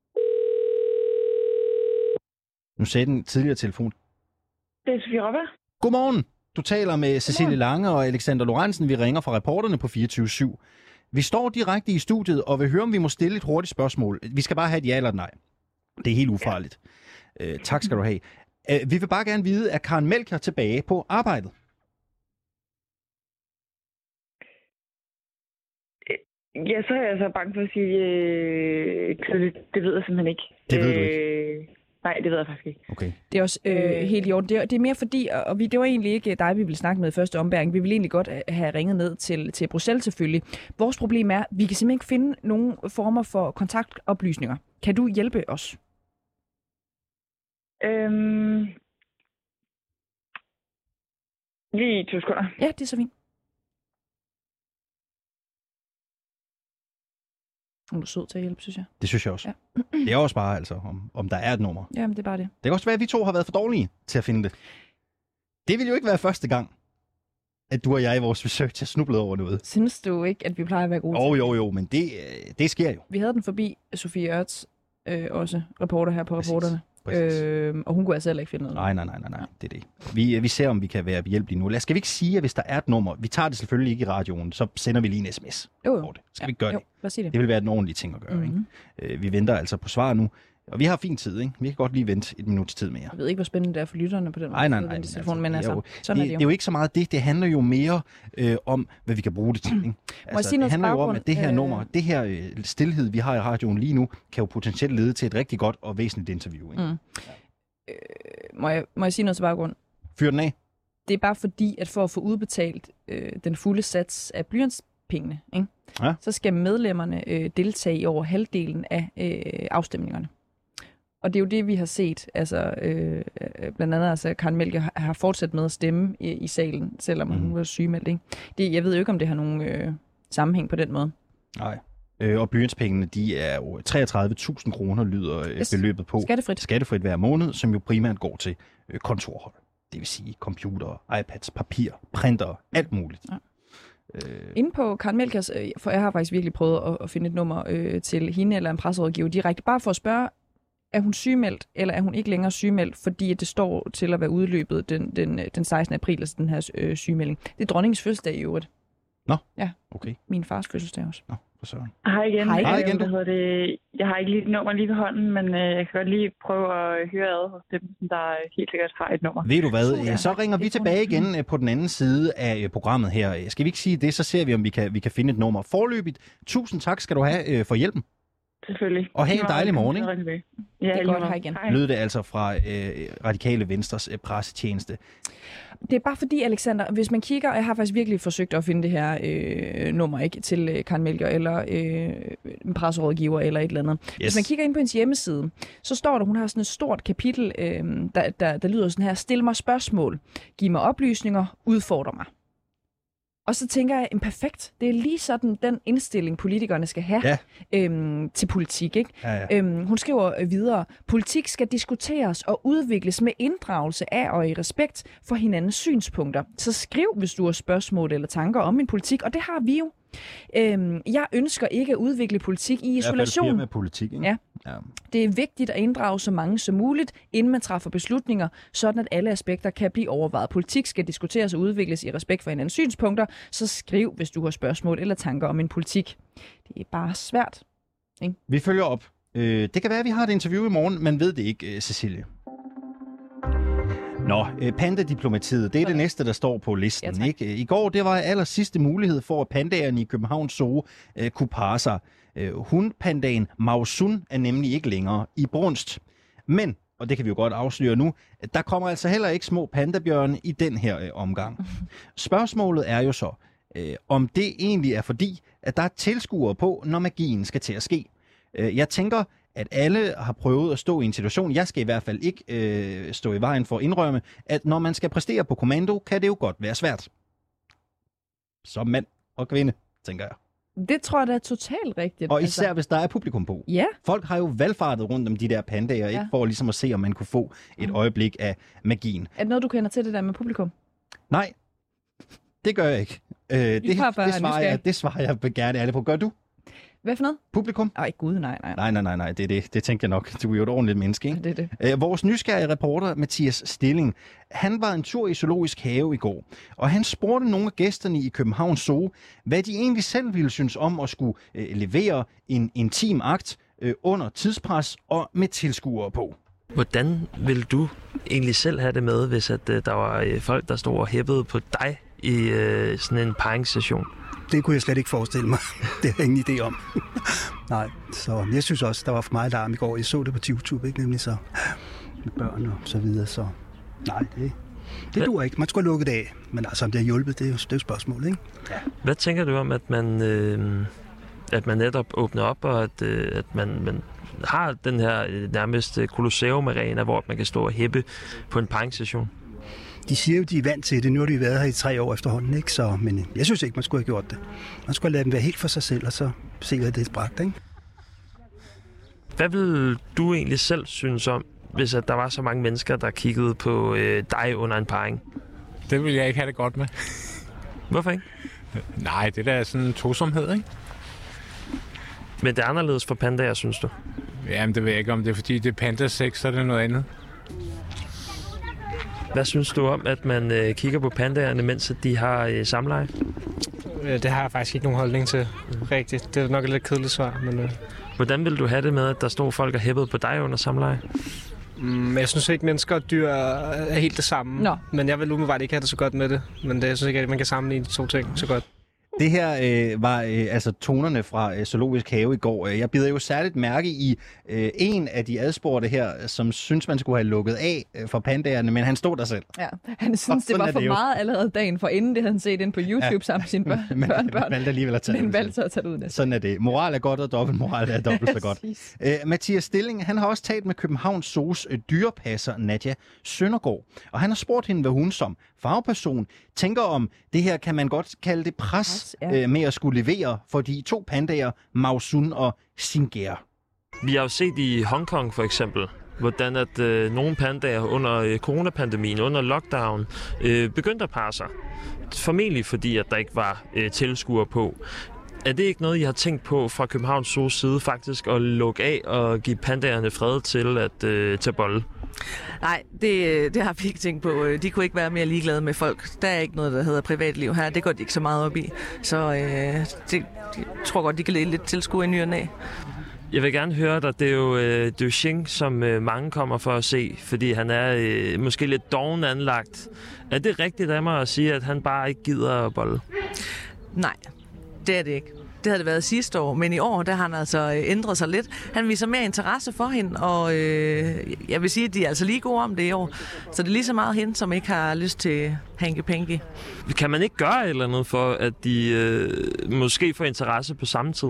Nu sagde den tidligere telefon. Det er Sofie Robbe. Godmorgen. Du taler med Cecilie Lange og Alexander Lorentzen. Vi ringer fra reporterne på fireogtyve syv. Vi står direkte i studiet og vil høre, om vi må stille et hurtigt spørgsmål. Vi skal bare have et ja eller et nej. Det er helt ufarligt. Ja. Øh, tak skal du have. Øh, vi vil bare gerne vide, er Karen Melchior tilbage på arbejdet? Ja, så er jeg så bange for at sige, øh, det ved jeg simpelthen ikke. Det ved du ikke? Nej, det ved jeg faktisk ikke. Okay. Det er også øh, helt i orden. Det er, det er mere fordi, og vi, det var egentlig ikke dig, vi ville snakke med i første ombæring. Vi ville egentlig godt have ringet ned til, til Bruxelles selvfølgelig. Vores problem er, at vi kan simpelthen ikke finde nogen former for kontaktoplysninger. Kan du hjælpe os? Øhm... Lige to sekunder. Ja, det er så fint. Hun er sød til at hjælpe, synes jeg. Det synes jeg også. Ja. Det er også bare, altså, om, om der er et nummer. Jamen, det er bare det. Det kan også være, at vi to har været for dårlige til at finde det. Det vil jo ikke være første gang, at du og jeg i vores research har snublet over noget. Synes du ikke, at vi plejer at være gode til? Jo, jo, jo, men det, det sker jo. Vi havde den forbi Sofie Ørts, øh, også reporter her på Præcis. Reporterne. Øh, og hun kunne altså heller ikke finde noget. Nej, nej, nej, nej, nej. Det er det. Vi, vi ser, om vi kan være behjælpelige nu. Lad, skal vi ikke sige, at hvis der er et nummer, vi tager det selvfølgelig ikke i radioen, så sender vi lige en sms. Jo, jo. Det. Skal ja, vi ikke gøre jo, det? Lad os sige det. Det vil være den ordentlige ting at gøre. Mm-hmm. Ikke? Øh, vi venter altså på svar nu. Og vi har fin tid, ikke? Vi kan godt lige vente et minuts tid mere. Jeg ved ikke, hvor spændende det er for lytterne på den måde. Nej, nej, nej. nej telefon, altså, men altså, jo, sådan det, er det jo. Det er jo ikke så meget det. Det handler jo mere øh, om, hvad vi kan bruge det til. Ikke? Altså, det handler jo om, at det her nummer, det her øh, stillhed, vi har i radioen lige nu, kan jo potentielt lede til et rigtig godt og væsentligt interview. Ikke? Mm. Ja. Øh, må, jeg, må jeg sige noget til baggrund? Fyr den af. Det er bare fordi, at for at få udbetalt øh, den fulde sats af blyantspengene, ikke? Ja. Så skal medlemmerne øh, deltage i over halvdelen af øh, afstemningerne. Og det er jo det, vi har set. Altså, øh, blandt andet, altså, Karen Melchior har, har fortsat med at stemme i, i salen, selvom mm. hun var sygemeldt. Ikke? Det, jeg ved jo ikke, om det har nogen øh, sammenhæng på den måde. Nej. Øh, og blyantspengene, de er jo treogtredive tusind kroner, lyder øh, yes. beløbet på. Skattefrit. Skattefrit hver måned, som jo primært går til øh, kontorhold. Det vil sige computer, iPads, papir, printer, alt muligt. Ja. Øh... Inde på Karen Melchiors, øh, for jeg har faktisk virkelig prøvet at, at finde et nummer øh, til hende eller en presserådgiver direkte, bare for at spørge, er hun sygemeldt, eller er hun ikke længere sygemeldt, fordi det står til at være udløbet den, den, den sekstende april, altså den her øh, sygemelding. Det er dronningens fødselsdag i øvrigt. Nå, ja. Okay. Min fars fødselsdag også. Nå, for søren. Hej igen. Hej, Hej igen. Hvad hedder det? Jeg har ikke lige et nummer lige ved hånden, men øh, jeg kan godt lige prøve at høre ad hos dem, der helt sikkert har et nummer. Ved du hvad? Så, så ringer vi tilbage igen på den anden side af programmet her. Skal vi ikke sige det, så ser vi, om vi kan, vi kan finde et nummer. Forløbigt, tusind tak skal du have for hjælpen. Selvfølgelig. Og have en dejlig morgen. Ja, det er godt, hej igen. Lød det altså fra øh, Radikale Venstres øh, pressetjeneste. Det er bare fordi, Alexander, hvis man kigger, og jeg har faktisk virkelig forsøgt at finde det her øh, nummer ikke til øh, Karen Melchior eller øh, en presserådgiver eller et eller andet. Yes. Hvis man kigger ind på hendes hjemmeside, så står der, hun har sådan et stort kapitel, øh, der, der, der lyder sådan her: stil mig spørgsmål, giv mig oplysninger, udfordre mig. Og så tænker jeg, en perfekt, det er lige sådan den indstilling, politikerne skal have ja. øhm, til politik. Ikke? Ja, ja. Øhm, hun skriver videre, politik skal diskuteres og udvikles med inddragelse af og i respekt for hinandens synspunkter. Så skriv, hvis du har spørgsmål eller tanker om en politik, og det har vi jo. Øhm, jeg ønsker ikke at udvikle politik i isolation. I hvert fald politik, ikke? Ja. Ja. Det er vigtigt at inddrage så mange som muligt, inden man træffer beslutninger, sådan at alle aspekter kan blive overvejet. Politik skal diskuteres og udvikles i respekt for hinandens synspunkter, så skriv, hvis du har spørgsmål eller tanker om en politik. Det er bare svært. Ikke? Vi følger op. Øh, det kan være, at vi har et interview i morgen, men ved det ikke, Cecilie. Nå, pandadiplomatiet, det er det næste, der står på listen. Ja, ikke? I går, det var aller sidste mulighed for, at pandaerne i Københavns Zoo uh, kunne parre sig. Uh, hundpandaen Mausun er nemlig ikke længere i brunst. Men, og det kan vi jo godt afsløre nu, der kommer altså heller ikke små pandabjørne i den her uh, omgang. Spørgsmålet er jo så, uh, om det egentlig er fordi, at der er tilskuere på, når magien skal til at ske. Uh, jeg tænker, at alle har prøvet at stå i en situation, jeg skal i hvert fald ikke øh, stå i vejen for at indrømme, at når man skal præstere på kommando, kan det jo godt være svært. Som mand og kvinde, tænker jeg. Det tror jeg da er totalt rigtigt. Og især altså, hvis der er publikum på. Ja. Folk har jo valgfartet rundt om de der pandaer, ja. ikke for ligesom at se, om man kunne få et øjeblik af magien. Er det noget, du kender til det der med publikum? Nej, det gør jeg ikke. Øh, det, det, svarer jeg, det svarer jeg gerne ærligt på. Gør du? Hvad for noget? Publikum? Ej, gud, nej, nej. Nej, nej, nej, nej, det er det. Det tænkte jeg nok. Du er jo et ordentligt menneske, ikke? Ja, det er det. Æ, vores nysgerrige reporter, Mathias Stilling, han var en tur i Zoologisk Have i går, og han spurgte nogle af gæsterne i Københavns Zoo, hvad de egentlig selv ville synes om at skulle øh, levere en intim akt øh, under tidspres og med tilskuere på. Hvordan vil du egentlig selv have det med, hvis at, øh, der var øh, folk, der stod og hæppede på dig i øh, sådan en paringssession? Det kunne jeg slet ikke forestille mig. Det har jeg ingen idé om. Nej, så jeg synes også, der var for meget larm i går. Jeg så det på YouTube, ikke nemlig så med børn og så videre, så nej, det, det duer ikke. Man skulle have lukket af, men altså om det har hjulpet, det er jo, det er jo spørgsmålet, ikke? Ja. Hvad tænker du om, at man, øh, at man netop åbner op, og at, øh, at man, man har den her øh, nærmest kolosseum-arena, hvor man kan stå og hæppe på en paringssession? De siger jo, de er vant til det. Nu har de været her i tre år efterhånden, ikke? Så, men jeg synes ikke, man skulle have gjort det. Man skulle have ladet dem være helt for sig selv, og så se, hvad det er bragt, ikke? Hvad vil du egentlig selv synes om, hvis at der var så mange mennesker, der kiggede på øh, dig under en parring? Det vil jeg ikke have det godt med. Hvorfor ikke? Nej, det der er sådan en tosomhed, ikke? Men det er anderledes for pandaer, synes du? Jamen, det ved jeg ikke, om det er, fordi det er pandasex, så er det noget andet. Hvad synes du om, at man øh, kigger på pandaerne, mens de har øh, samleje? Det har jeg faktisk ikke nogen holdning til, rigtigt. Det er nok et lidt kedeligt svar, men... Øh... Hvordan vil du have det med, at der stod folk og hæppede på dig under samleje? Mm, jeg synes ikke, mennesker og dyr er helt det samme. Nå. Men jeg vil umiddelbart ikke have det så godt med det. Men det, jeg synes ikke, at man kan sammenligne de to ting så godt. Det her øh, var øh, altså tonerne fra øh, Zoologisk Have i går. Jeg bider jo særligt mærke i øh, en af de adspurgte her, som synes, man skulle have lukket af øh, for pandaerne, men han stod der selv. Ja, han synes, det var for det meget allerede dagen for inden, det havde han set ind på YouTube ja. sammen med sine børn. men han valgte alligevel at tage men det valgte så at tage det ud næsten. Sådan er det. Moral er godt, og dobbelt moral er dobbelt så godt. Æ, Mathias Stilling, han har også talt med Københavns Zoos øh, dyrepasser Nadia Søndergaard, og han har spurgt hende, hvad hun som farveperson, tænker om det her, kan man godt kalde det pres, pres ja. øh, med at skulle levere for de to pandaer, Mao Sun og Xinger. Vi har jo set i Hongkong for eksempel, hvordan at øh, nogle pandaer under øh, coronapandemien, under lockdown, øh, begyndte at parre sig. Formentlig fordi, at der ikke var øh, tilskuere på. Er det ikke noget, I har tænkt på fra Københavns Zoos side faktisk, at lukke af og give pandaerne fred til at øh, tage bolle? Nej, det, det har vi ikke tænkt på. De kunne ikke være mere ligeglade med folk. Der er ikke noget, der hedder privatliv her. Det går de ikke så meget op i. Så øh, det, jeg tror godt, de kan lægge lidt tilskuer i ny og næ. Jeg vil gerne høre dig. Det er jo, det er jo Xing, som mange kommer for at se, fordi han er øh, måske lidt doven anlagt. Er det rigtigt af mig at sige, at han bare ikke gider at bolle? Nej, det er det ikke. Det havde det været sidste år, men i år der har han altså ændret sig lidt. Han viser mere interesse for hende, og øh, jeg vil sige, at de er altså lige gode om det i år. Så det er lige så meget hende, som ikke har lyst til hanky-panky. Kan man ikke gøre et eller andet for, at de øh, måske får interesse på samme tid?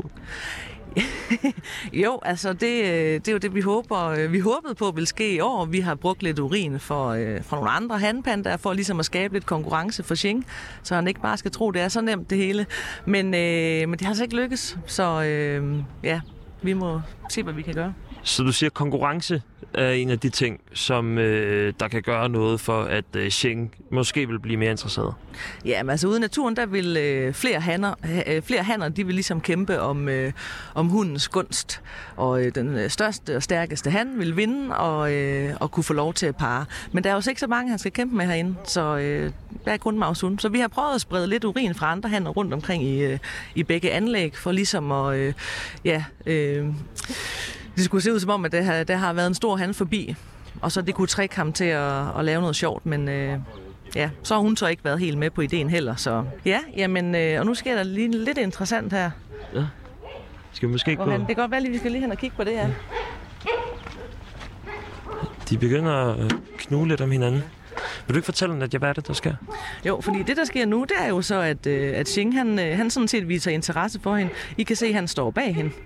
Jo, altså det, det er jo det, vi håber. Vi håbede på, vil ske i år. Vi har brugt lidt urin for, øh, fra nogle andre hanpandaer for ligesom at skabe lidt konkurrence for Xing, så han ikke bare skal tro, det er så nemt det hele. Men, øh, men det har altså ikke lykkes, så øh, ja, vi må se, hvad vi kan gøre. Så du siger, at konkurrence er en af de ting, som øh, der kan gøre noget for, at øh, Xing måske vil blive mere interesseret? Ja, men altså ude i naturen, der vil øh, flere hanner, øh, flere hanner, de vil ligesom kæmpe om, øh, om hundens gunst. Og øh, den største og stærkeste han vil vinde og, øh, og kunne få lov til at parre. Men der er jo ikke så mange, han skal kæmpe med herinde, så øh, der er kun Mao Sun. Så vi har prøvet at sprede lidt urin fra andre hanner rundt omkring i, øh, i begge anlæg, for ligesom at, øh, ja... Øh, det skulle se ud som om, at der har, der har været en stor han forbi, og så det kunne trække ham til at, at lave noget sjovt, men øh, ja, så har hun så ikke været helt med på ideen heller. Så ja, jamen, øh, og nu sker der lige lidt interessant her. Ja, skal vi måske ikke gå? Han, det kan godt være, at vi skal lige hen og kigge på det her. De begynder at knuge lidt om hinanden. Vil du ikke fortælle dem, at jeg hvad er det, der sker? Jo, fordi det, der sker nu, det er jo så, at, at Xing, han, han sådan set viser interesse for hende. I kan se, at han står bag hende.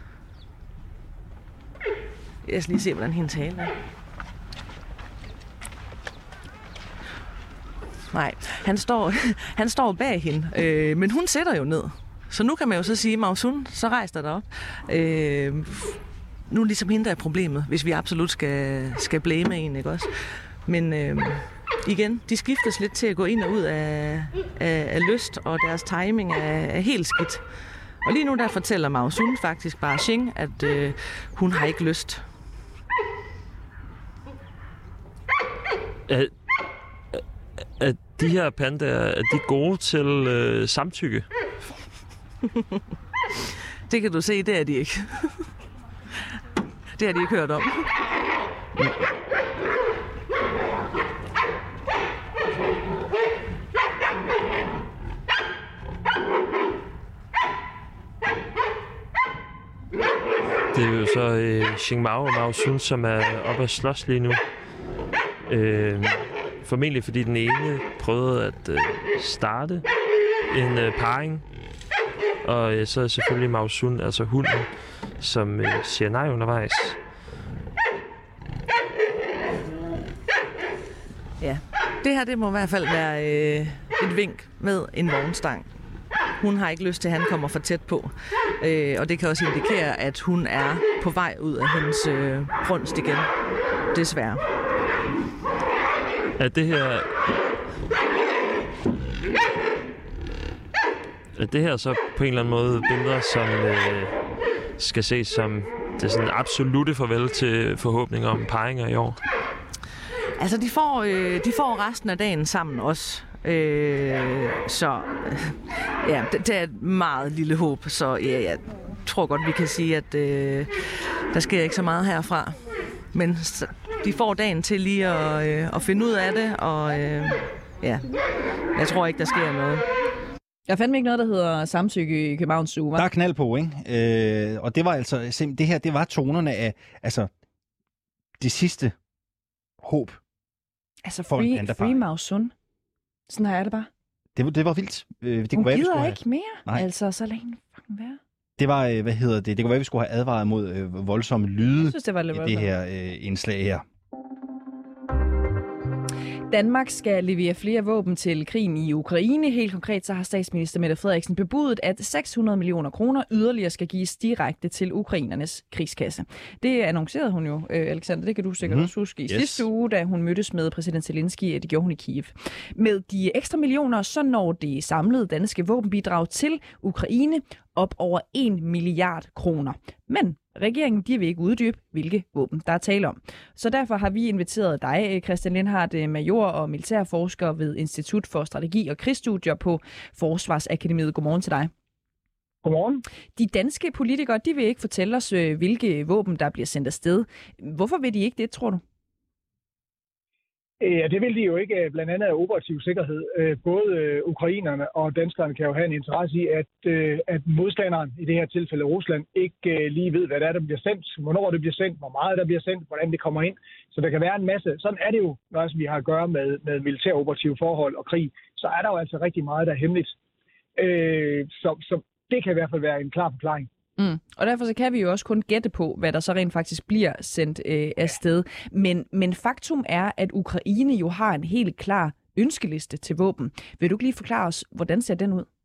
Jeg skal lige se, hvordan hendes hale er. Nej, han står, han står bag hende, øh, men hun sætter jo ned. Så nu kan man jo så sige, Mao Sun, så rejs dig derop. Øh, nu er ligesom hende, der er problemet, hvis vi absolut skal, skal blæme en, ikke også? Men øh, igen, de skiftes lidt til at gå ind og ud af, af, af lyst, og deres timing er, er helt skidt. Og lige nu der fortæller Mao Sun faktisk bare Xing, at øh, hun har ikke lyst. Er, er de her pandaer, er de gode til øh, samtykke? Det kan du se, det er de ikke. Det har de ikke hørt om. Det er jo så øh, Xing Mao og Mao Sun, som er oppe at slås lige nu. Øh, formentlig fordi den ene prøvede at øh, starte en øh, parring. Og øh, så er selvfølgelig Mao Sun, altså hunden, som øh, siger nej undervejs. Ja, det her det må i hvert fald være øh, et vink med en vognstang. Hun har ikke lyst til, at han kommer for tæt på. Øh, og det kan også indikere, at hun er på vej ud af hendes øh, brunst igen. Desværre. Er det her... Er det her så på en eller anden måde billeder, som øh, skal ses som det sådan absolutte farvel til forhåbninger om parringer i år? Altså, de får, øh, de får resten af dagen sammen også. Øh, så øh, ja, det, det er et meget lille håb. Så ja, jeg tror godt, vi kan sige, at øh, der sker ikke så meget herfra. Men de får dagen til lige at, øh, at finde ud af det, og øh, ja, jeg tror ikke, der sker noget. Jeg fandt ikke noget, der hedder samtykke i Københavns Zoo, hva'? Der er knald på, ikke? Øh, og det var altså, det her, det var tonerne af, altså, det sidste håb. Altså, free, free Mao Sun. Sådan her er det bare. Det, det var vildt. Det Hun kunne gider være, ikke mere. Nej. Altså, så lad hende fucking være. Det var, hvad hedder det, det kunne være, vi skulle have advaret mod øh, voldsomme lyde. Jeg synes, det var lidt i det her øh, indslag her. Danmark skal levere flere våben til krigen i Ukraine. Helt konkret så har statsminister Mette Frederiksen bebudet, at seks hundrede millioner kroner yderligere skal gives direkte til ukrainernes krigskasse. Det annoncerede hun jo, Alexander, det kan du sikkert mm. også huske, i yes. sidste uge, da hun mødtes med præsident Zelensky. Det gjorde hun i Kiev. Med de ekstra millioner, så når det samlede danske våbenbidrag til Ukraine op over en milliard kroner. Men regeringen de vil ikke uddybe, hvilke våben der er tale om. Så derfor har vi inviteret dig, Christian Lindhardt, major og militærforsker ved Institut for Strategi og Krigsstudier på Forsvarsakademiet. Godmorgen til dig. Godmorgen. De danske politikere de vil ikke fortælle os, hvilke våben der bliver sendt afsted. Hvorfor vil de ikke det, tror du? Ja, det vil de jo ikke, blandt andet af operativ sikkerhed. Både ukrainerne og danskerne kan jo have en interesse i, at, at modstanderen, i det her tilfælde Rusland, ikke lige ved, hvad det er, der bliver sendt, hvornår det bliver sendt, hvor meget der bliver sendt, hvordan det kommer ind. Så der kan være en masse. Sådan er det jo, når vi har at gøre med, med militæroperative forhold og krig. Så er der jo altså rigtig meget, der er hemmeligt. Så, så det kan i hvert fald være en klar forklaring. Mm. Og derfor så kan vi jo også kun gætte på, hvad der så rent faktisk bliver sendt øh, afsted. Men, men faktum er, at Ukraine jo har en helt klar ønskeliste til våben. Vil du ikke lige forklare os, hvordan ser den ud?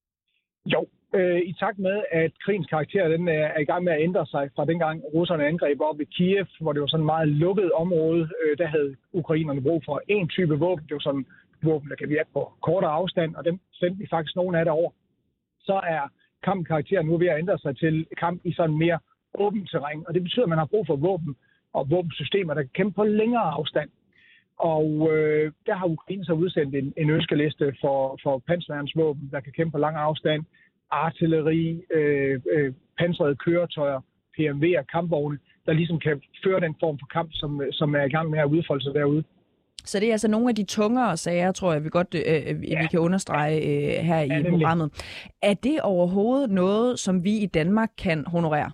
Jo, øh, i takt med, at krigens karakter den er i gang med at ændre sig fra dengang russerne angreb op i Kiev, hvor det var sådan et meget lukket område, øh, der havde ukrainerne brug for en type våben. Det var sådan våben, der kan virke på kortere afstand, og dem sendte vi faktisk nogle af det over. Så er kampkarakteren nu er ved at ændre sig til kamp i sådan mere åben terræn. Og det betyder, at man har brug for våben og våbensystemer, der kan kæmpe på længere afstand. Og øh, der har Ukraine så udsendt en, en ønskeliste for, for panserværnsvåben, der kan kæmpe på lang afstand, artilleri, øh, øh, pansrede køretøjer, P M V'er, kampvogne, der ligesom kan føre den form for kamp, som, som er i gang med at udfolde sig derude. Så det er altså nogle af de tungere sager, tror jeg, vi godt øh, vi ja. kan understrege øh, her ja, i nemlig. programmet. Er det overhovedet noget, som vi i Danmark kan honorere?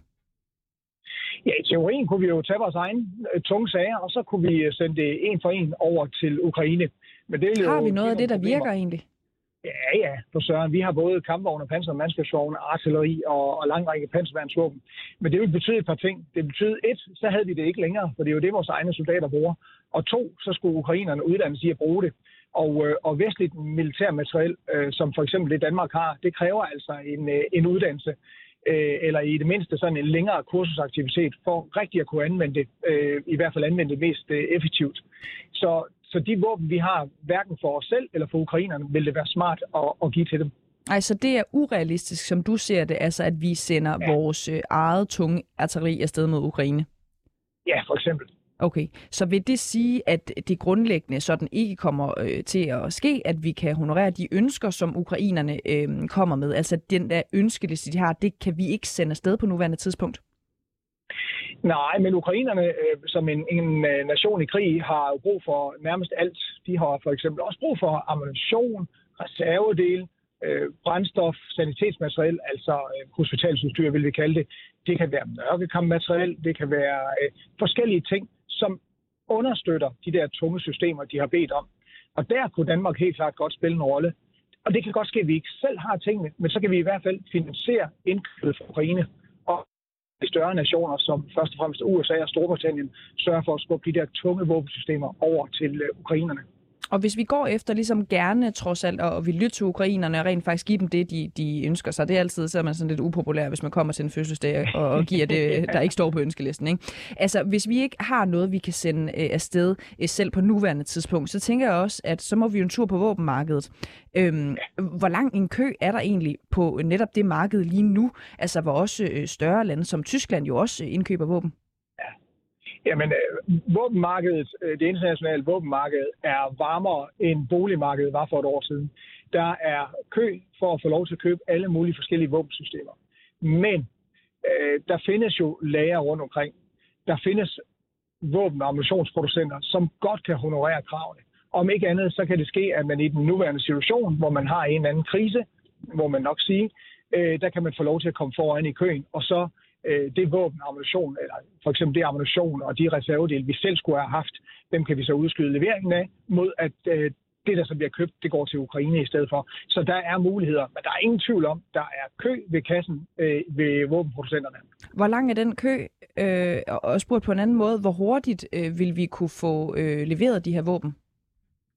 Ja, i teorien kunne vi jo tage vores egne øh, tunge sager, og så kunne vi sende det en for en over til Ukraine. Men det er Har jo, vi noget af det, der problemer. virker egentlig? Ja, ja, for søren. Vi har både kampvogne, pansrede mandskabsvogne, artilleri og, og langrække panserværnsvåben. Men det vil betyde et par ting. Det betyder et, så havde vi det ikke længere, for det er jo det, vores egne soldater bruger. Og to, så skulle ukrainerne uddannes i at bruge det. Og, øh, og vestligt militærmateriel, øh, som for eksempel det Danmark har, det kræver altså en, øh, en uddannelse, øh, eller i det mindste sådan en længere kursusaktivitet, for rigtig at kunne anvende det, øh, i hvert fald anvende det mest øh, effektivt. Så Så de våben, vi har, hverken for os selv eller for ukrainerne, vil det være smart at, at give til dem. Altså det er urealistisk, som du ser det, altså at vi sender ja. vores øh, eget tunge artilleri afsted mod Ukraine? Ja, for eksempel. Okay, så vil det sige, at det grundlæggende sådan ikke kommer øh, til at ske, at vi kan honorere de ønsker, som ukrainerne øh, kommer med? Altså den der ønskeliste, de har, det kan vi ikke sende afsted på nuværende tidspunkt? Nej, men ukrainerne øh, som en, en nation i krig har jo brug for nærmest alt. De har for eksempel også brug for ammunition, reservedele, øh, brændstof, sanitetsmateriel, altså øh, hospitalsudstyr vil vi kalde det. Det kan være mørkekampmateriel, det kan være øh, forskellige ting, som understøtter de der tunge systemer, de har bedt om. Og der kunne Danmark helt klart godt spille en rolle. Og det kan godt ske, at vi ikke selv har tingene, men så kan vi i hvert fald finansiere indkøbet for Ukraine. Og de større nationer, som først og fremmest U S A og Storbritannien, sørger for at skubbe de der tunge våbensystemer over til ukrainerne. Og hvis vi går efter ligesom gerne trods alt, og vi lytter til ukrainerne og rent faktisk give dem det, de, de ønsker sig, det er altid, så er man sådan lidt upopulær, hvis man kommer til en fødselsdag og, og giver det, der ikke står på ønskelisten, ikke? Altså, hvis vi ikke har noget, vi kan sende øh, afsted øh, selv på nuværende tidspunkt, så tænker jeg også, at så må vi jo en tur på våbenmarkedet. Øhm, hvor lang en kø er der egentlig på netop det marked lige nu? Altså, hvor også øh, større lande som Tyskland jo også øh, indkøber våben. Jamen, våbenmarkedet, det internationale våbenmarked, er varmere end boligmarkedet var for et år siden. Der er kø for at få lov til at købe alle mulige forskellige våbensystemer. Men øh, der findes jo lager rundt omkring. Der findes våben- og ammunitionsproducenter, som godt kan honorere kravene. Om ikke andet, så kan det ske, at man i den nuværende situation, hvor man har en eller anden krise, må man nok sige, øh, der kan man få lov til at komme foran i køen, og så det våben, ammunition, eller for eksempel det ammunition og de reservedele, vi selv skulle have haft, dem kan vi så udskyde leveringen af, mod at øh, det, der så bliver købt, det går til Ukraine i stedet for. Så der er muligheder, men der er ingen tvivl om, der er kø ved kassen øh, ved våbenproducenterne. Hvor lang er den kø? Øh, og spurgt på en anden måde, hvor hurtigt øh, vil vi kunne få øh, leveret de her våben?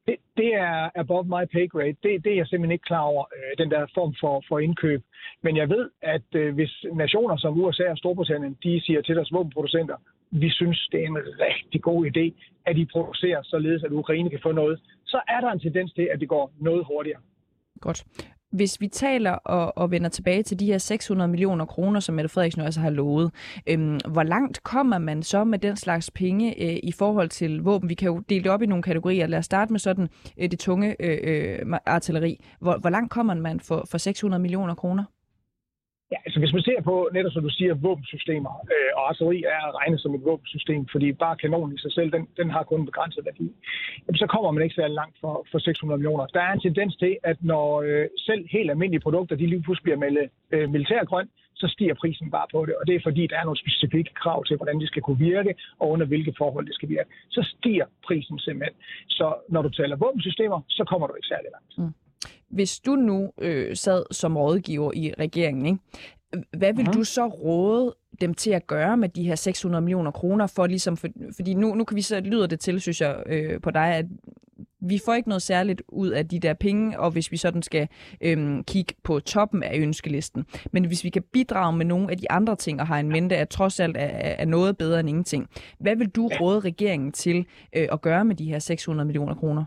Det, det er above my pay grade. Det, det er jeg simpelthen ikke klar over, øh, den der form for, for indkøb. Men jeg ved, at øh, hvis nationer som U S A og Storbritannien, de siger til deres våbenproducenter, vi synes, det er en rigtig god idé, at de producerer således, at Ukraine kan få noget, så er der en tendens til, at det går noget hurtigere. Godt. Hvis vi taler og, og vender tilbage til de her seks hundrede millioner kroner, som Mette Frederiksen også har lovet, øhm, hvor langt kommer man så med den slags penge øh, i forhold til våben? Vi kan jo dele det op i nogle kategorier. Lad os starte med sådan øh, det tunge øh, artilleri. Hvor, hvor langt kommer man for, for seks hundrede millioner kroner? Ja, altså hvis man ser på, netop som du siger, våbensystemer, øh, og artilleri er regnet som et våbensystem, fordi bare kanonen i sig selv, den, den har kun en begrænset værdi, jamen, så kommer man ikke særlig langt for, for seks hundrede millioner. Der er en tendens til, at når øh, selv helt almindelige produkter, de lige pludselig bliver med øh, militærgrøn, så stiger prisen bare på det, og det er fordi, der er nogle specifikke krav til, hvordan de skal kunne virke, og under hvilke forhold det skal virke. Så stiger prisen simpelthen. Så når du taler våbensystemer, så kommer du ikke særlig langt. Mm. Hvis du nu øh, sad som rådgiver i regeringen, ikke? Hvad vil du så råde dem til at gøre med de her seks hundrede millioner kroner? For ligesom, for, fordi nu, nu kan vi så lyder det til, synes jeg, øh, på dig, at vi får ikke noget særligt ud af de der penge, og hvis vi sådan skal øh, kigge på toppen af ønskelisten. Men hvis vi kan bidrage med nogle af de andre ting, og har en mente, at trods alt er, er noget bedre end ingenting. Hvad vil du råde regeringen til øh, at gøre med de her seks hundrede millioner kroner?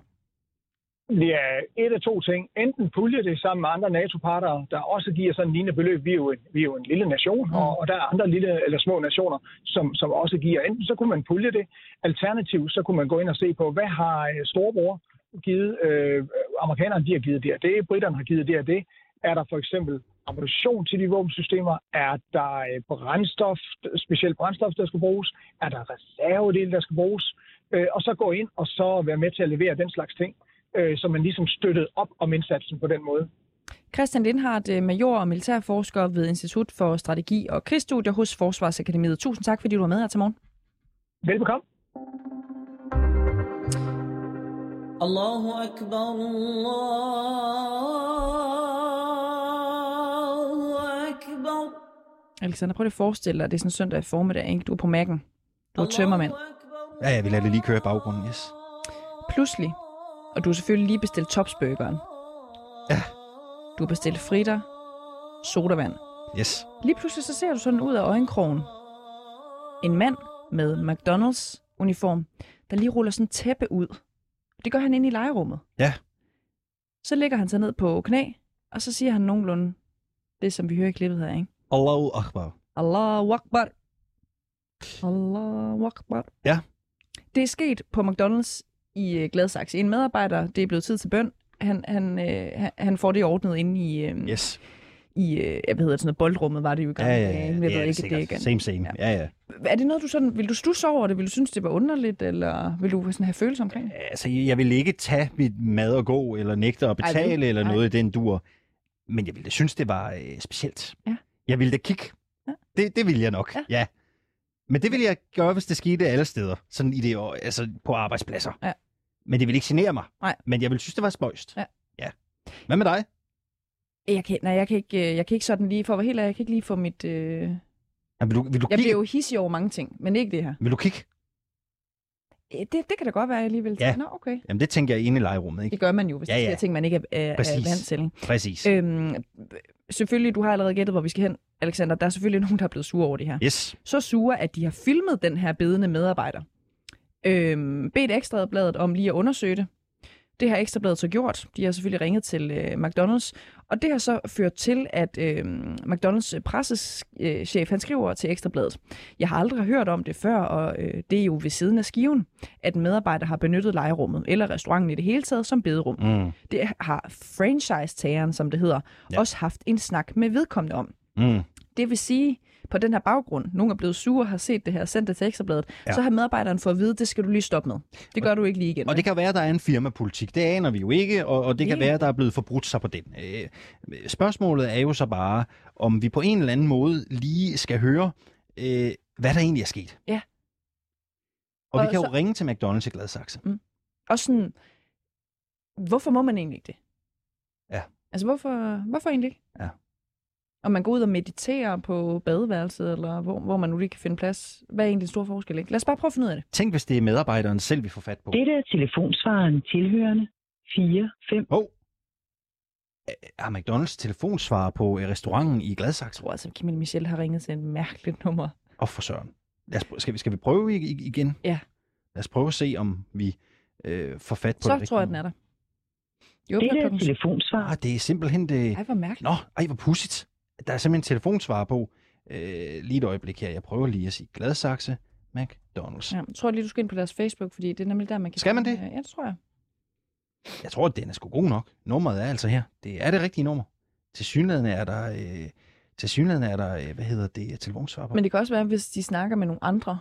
Det er et af to ting. Enten pulje det sammen med andre NATO-partnere, der også giver sådan en lignende beløb. Vi er jo en, vi er jo en lille nation, mm. og, og der er andre lille eller små nationer, som, som også giver. Enten så kunne man pulje det. Alternativt så kunne man gå ind og se på, hvad har storebror givet? Øh, amerikanerne de har givet det og det. Briterne har givet det og det. Er der for eksempel ammunition til de våbensystemer? Er der brændstof, specielt brændstof, der skal bruges? Er der reservedele, der skal bruges? Øh, og så gå ind og så være med til at levere den slags ting, så man ligesom støttede op om indsatsen på den måde. Christian Lindhardt, major og militærforsker ved Institut for Strategi og Krigsstudier hos Forsvarsakademiet. Tusind tak, fordi du var med her til morgen. Velbekomme. Allahu Akbar, Allahu Akbar. Alexander, prøv lige at forestille dig, det er sådan en søndag formiddag, ikke? Du er på Mac'en. Du er tømmermand. Ja, ja, vi lader det lige køre i baggrunden, yes. Pludselig, og du har selvfølgelig lige bestilt Topsburgeren. Ja. Du har bestilt fritter, sodavand. Yes. Lige pludselig så ser du sådan ud af øjenkrogen en mand med McDonald's uniform, der lige ruller sådan en tæppe ud. Det gør han inde i lejerummet. Ja. Så lægger han sig ned på knæ, og så siger han nogenlunde det, som vi hører i klippet her, ikke? Allahu Akbar. Allahu Akbar. Allahu Akbar. Ja. Det er sket på McDonald's i Gladsaxe. En medarbejder, det er blevet tid til bøn. Han, han, øh, han får det ordnet inde i, øh, yes. i øh, hvad hedder det, sådan noget boldrummet, var det jo i gang. Ja, ja, ja. Jeg ved det er ikke, det, det igen. Same, same. Ja. ja, ja. Er det noget, du sådan, vil du stusse over det? Vil du synes, det var underligt, eller vil du sådan have følelser omkring det? Altså, jeg vil ikke tage mit mad og gå, eller nægte at betale, Ej, det, eller noget i den dur. Men jeg ville da synes, det var øh, specielt. Ja. Jeg ville da kigge. Ja. Det, det ville jeg nok, ja. ja. Men det ville jeg gøre, hvis det skete alle steder. Sådan i det, altså på arbejdspladser. Ja. Men det ville ikke genere mig. Nej. Men jeg ville synes, det var spøjst. Ja. ja. Hvad med dig? Jeg kan, nej, jeg kan, ikke, jeg kan ikke sådan lige, for at være helt ærlig, jeg kan ikke lige få mit... Øh... Ja, vil du, vil du jeg kigge? bliver jo hissig over mange ting, men ikke det her. Vil du kigge? Det, det kan da godt være, jeg alligevel ja. Nå, okay. Jamen, det tænker jeg inde i lejerummet, ikke? Det gør man jo, hvis ja, ja. det er ting, man ikke er, er, er vant til. Ikke? Præcis. Øhm, selvfølgelig, du har allerede gættet, hvor vi skal hen, Alexander. Der er selvfølgelig nogen, der er blevet sure over det her. Yes. Så sure, at de har filmet den her bedende medarbejder. Øhm, bedt Ekstrabladet om lige at undersøge det. Det har Ekstrabladet så gjort. De har selvfølgelig ringet til øh, McDonald's. Og det har så ført til, at øh, McDonald's presseschef, han skriver til Ekstrabladet: Jeg har aldrig hørt om det før, og øh, det er jo ved siden af skiven, at en medarbejder har benyttet lejerummet, eller restauranten i det hele taget, som bederum. Mm. Det har franchise-tageren, som det hedder, ja. også haft en snak med vedkommende om. Mm. Det vil sige, på den her baggrund, nogen er blevet sure og har set det her, sendt det til Ekstrabladet, ja. så har medarbejderen fået at vide, det skal du lige stoppe med. Det gør du ikke lige igen. Og det kan være, at der er en firmapolitik. Det aner vi jo ikke, og, og det kan være, at der er blevet forbrudt sig på den. Øh, spørgsmålet er jo så bare, om vi på en eller anden måde lige skal høre, øh, hvad der egentlig er sket. Ja. Og, og vi kan så... jo ringe til McDonald's i Gladsaxe. Mm. Og sådan, hvorfor må man egentlig ikke det? Ja. Altså, hvorfor, hvorfor egentlig ikke? Ja. Om man går ud og mediterer på badeværelset, eller hvor, hvor man nu lige kan finde plads. Hvad er egentlig en stor forskel, ikke? Lad os bare prøve at finde ud af det. Tænk, hvis det er medarbejderen selv, vi får fat på. Dette er telefonsvaren tilhørende fire fem. Åh! Oh. Er McDonald's telefonsvarer på restauranten i Gladsaxe? Jeg tror altså, Camille Michel har ringet til et mærkeligt nummer. Og for søren. Lad os, skal, vi, skal vi prøve igen? Ja. Lad os prøve at se, om vi øh, får fat på Så det. Så tror jeg, den er der. Jo, det er telefonsvar. Ah, det er simpelthen det... Ej, hvor mærkeligt. Nå, ej, hvor pudsigt. Der er simpelthen en telefonsvarer på. Øh, lige et øjeblik her. Jeg prøver lige at sige Gladsaxe McDonald's. Ja, jeg tror lige, du skal ind på deres Facebook, fordi det er nemlig der, man kan... Skal man det? Ja, det tror jeg. Jeg tror, at den er sgu god nok. Nummeret er altså her. Det er det rigtige nummer. Til synligheden er der... Øh, til synligheden er der, øh, hvad hedder det, telefonsvarer på. Men det kan også være, hvis de snakker med nogle andre.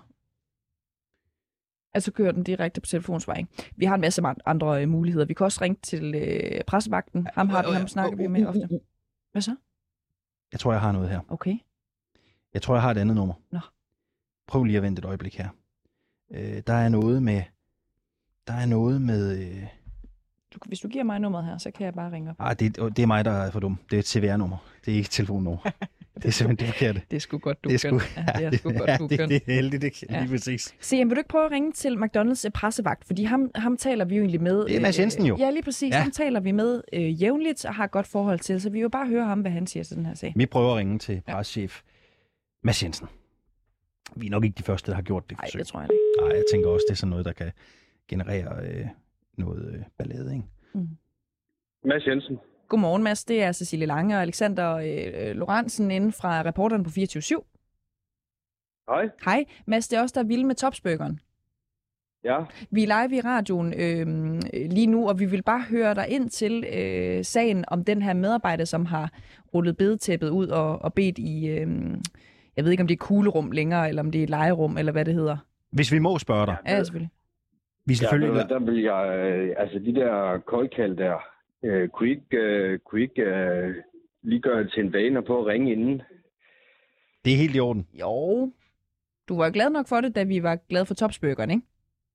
Altså kører den direkte på telefonsvar, ikke? Vi har en masse andre øh, muligheder. Vi kan også ringe til øh, pressevagten. Ham har vi, ham snakker vi med ofte. Hvad så? Jeg tror, jeg har noget her. Okay. Jeg tror, jeg har et andet nummer. Nå. Prøv lige at vente et øjeblik her. Øh, der er noget med... Der er noget med... Øh... Du, hvis du giver mig nummeret her, så kan jeg bare ringe op. Ah, det, det er mig, der er for dum. Det er et C V R-nummer. Det er ikke et telefonnummer. Det er simpelthen det forkerte. Det er sgu godt, du det er kan. sgu, Ja, det er sgu ja, godt, du det, kan. Det er heldigt, det kan ja. lige præcis. Se, vil du ikke prøve at ringe til McDonald's pressevagt? Fordi ham, ham taler vi jo egentlig med... Det er Mads Jensen jo. Ja, lige præcis. Ja. Ham taler vi med øh, jævnligt og har et godt forhold til. Så vi vil jo bare høre ham, hvad han siger til den her sag. Vi prøver at ringe til presschef Mads Jensen. Vi er nok ikke de første, der har gjort det forsøg. Nej, det tror jeg ikke. Nej, jeg tænker også, det er sådan noget, der kan generere øh, noget øh, ballade, ikke? Mm. Mads Jensen. Godmorgen, Mads. Det er Cecilie Lange og Alexander øh, Lorentzen inden fra reporteren på fireogtyve syv. Hej. Hej. Mads, det er også der er vilde med Topsburgeren. Ja. Vi er live i radioen øh, lige nu, og vi vil bare høre dig ind til øh, sagen om den her medarbejder, som har rullet bedetæppet ud og, og bedt i, øh, jeg ved ikke om det er kuglerum længere, eller om det er legerum, eller hvad det hedder. Hvis vi må spørge dig. Ja, selvfølgelig. Vi selvfølgelig... Ja, der vil jeg, øh, altså de der koldkald der, øh, kunne I ikke, øh, kunne I ikke øh, lige gøre det til en vane på at ringe inden? Det er helt i orden. Jo. Du var glad nok for det, da vi var glade for Topsburgeren, ikke?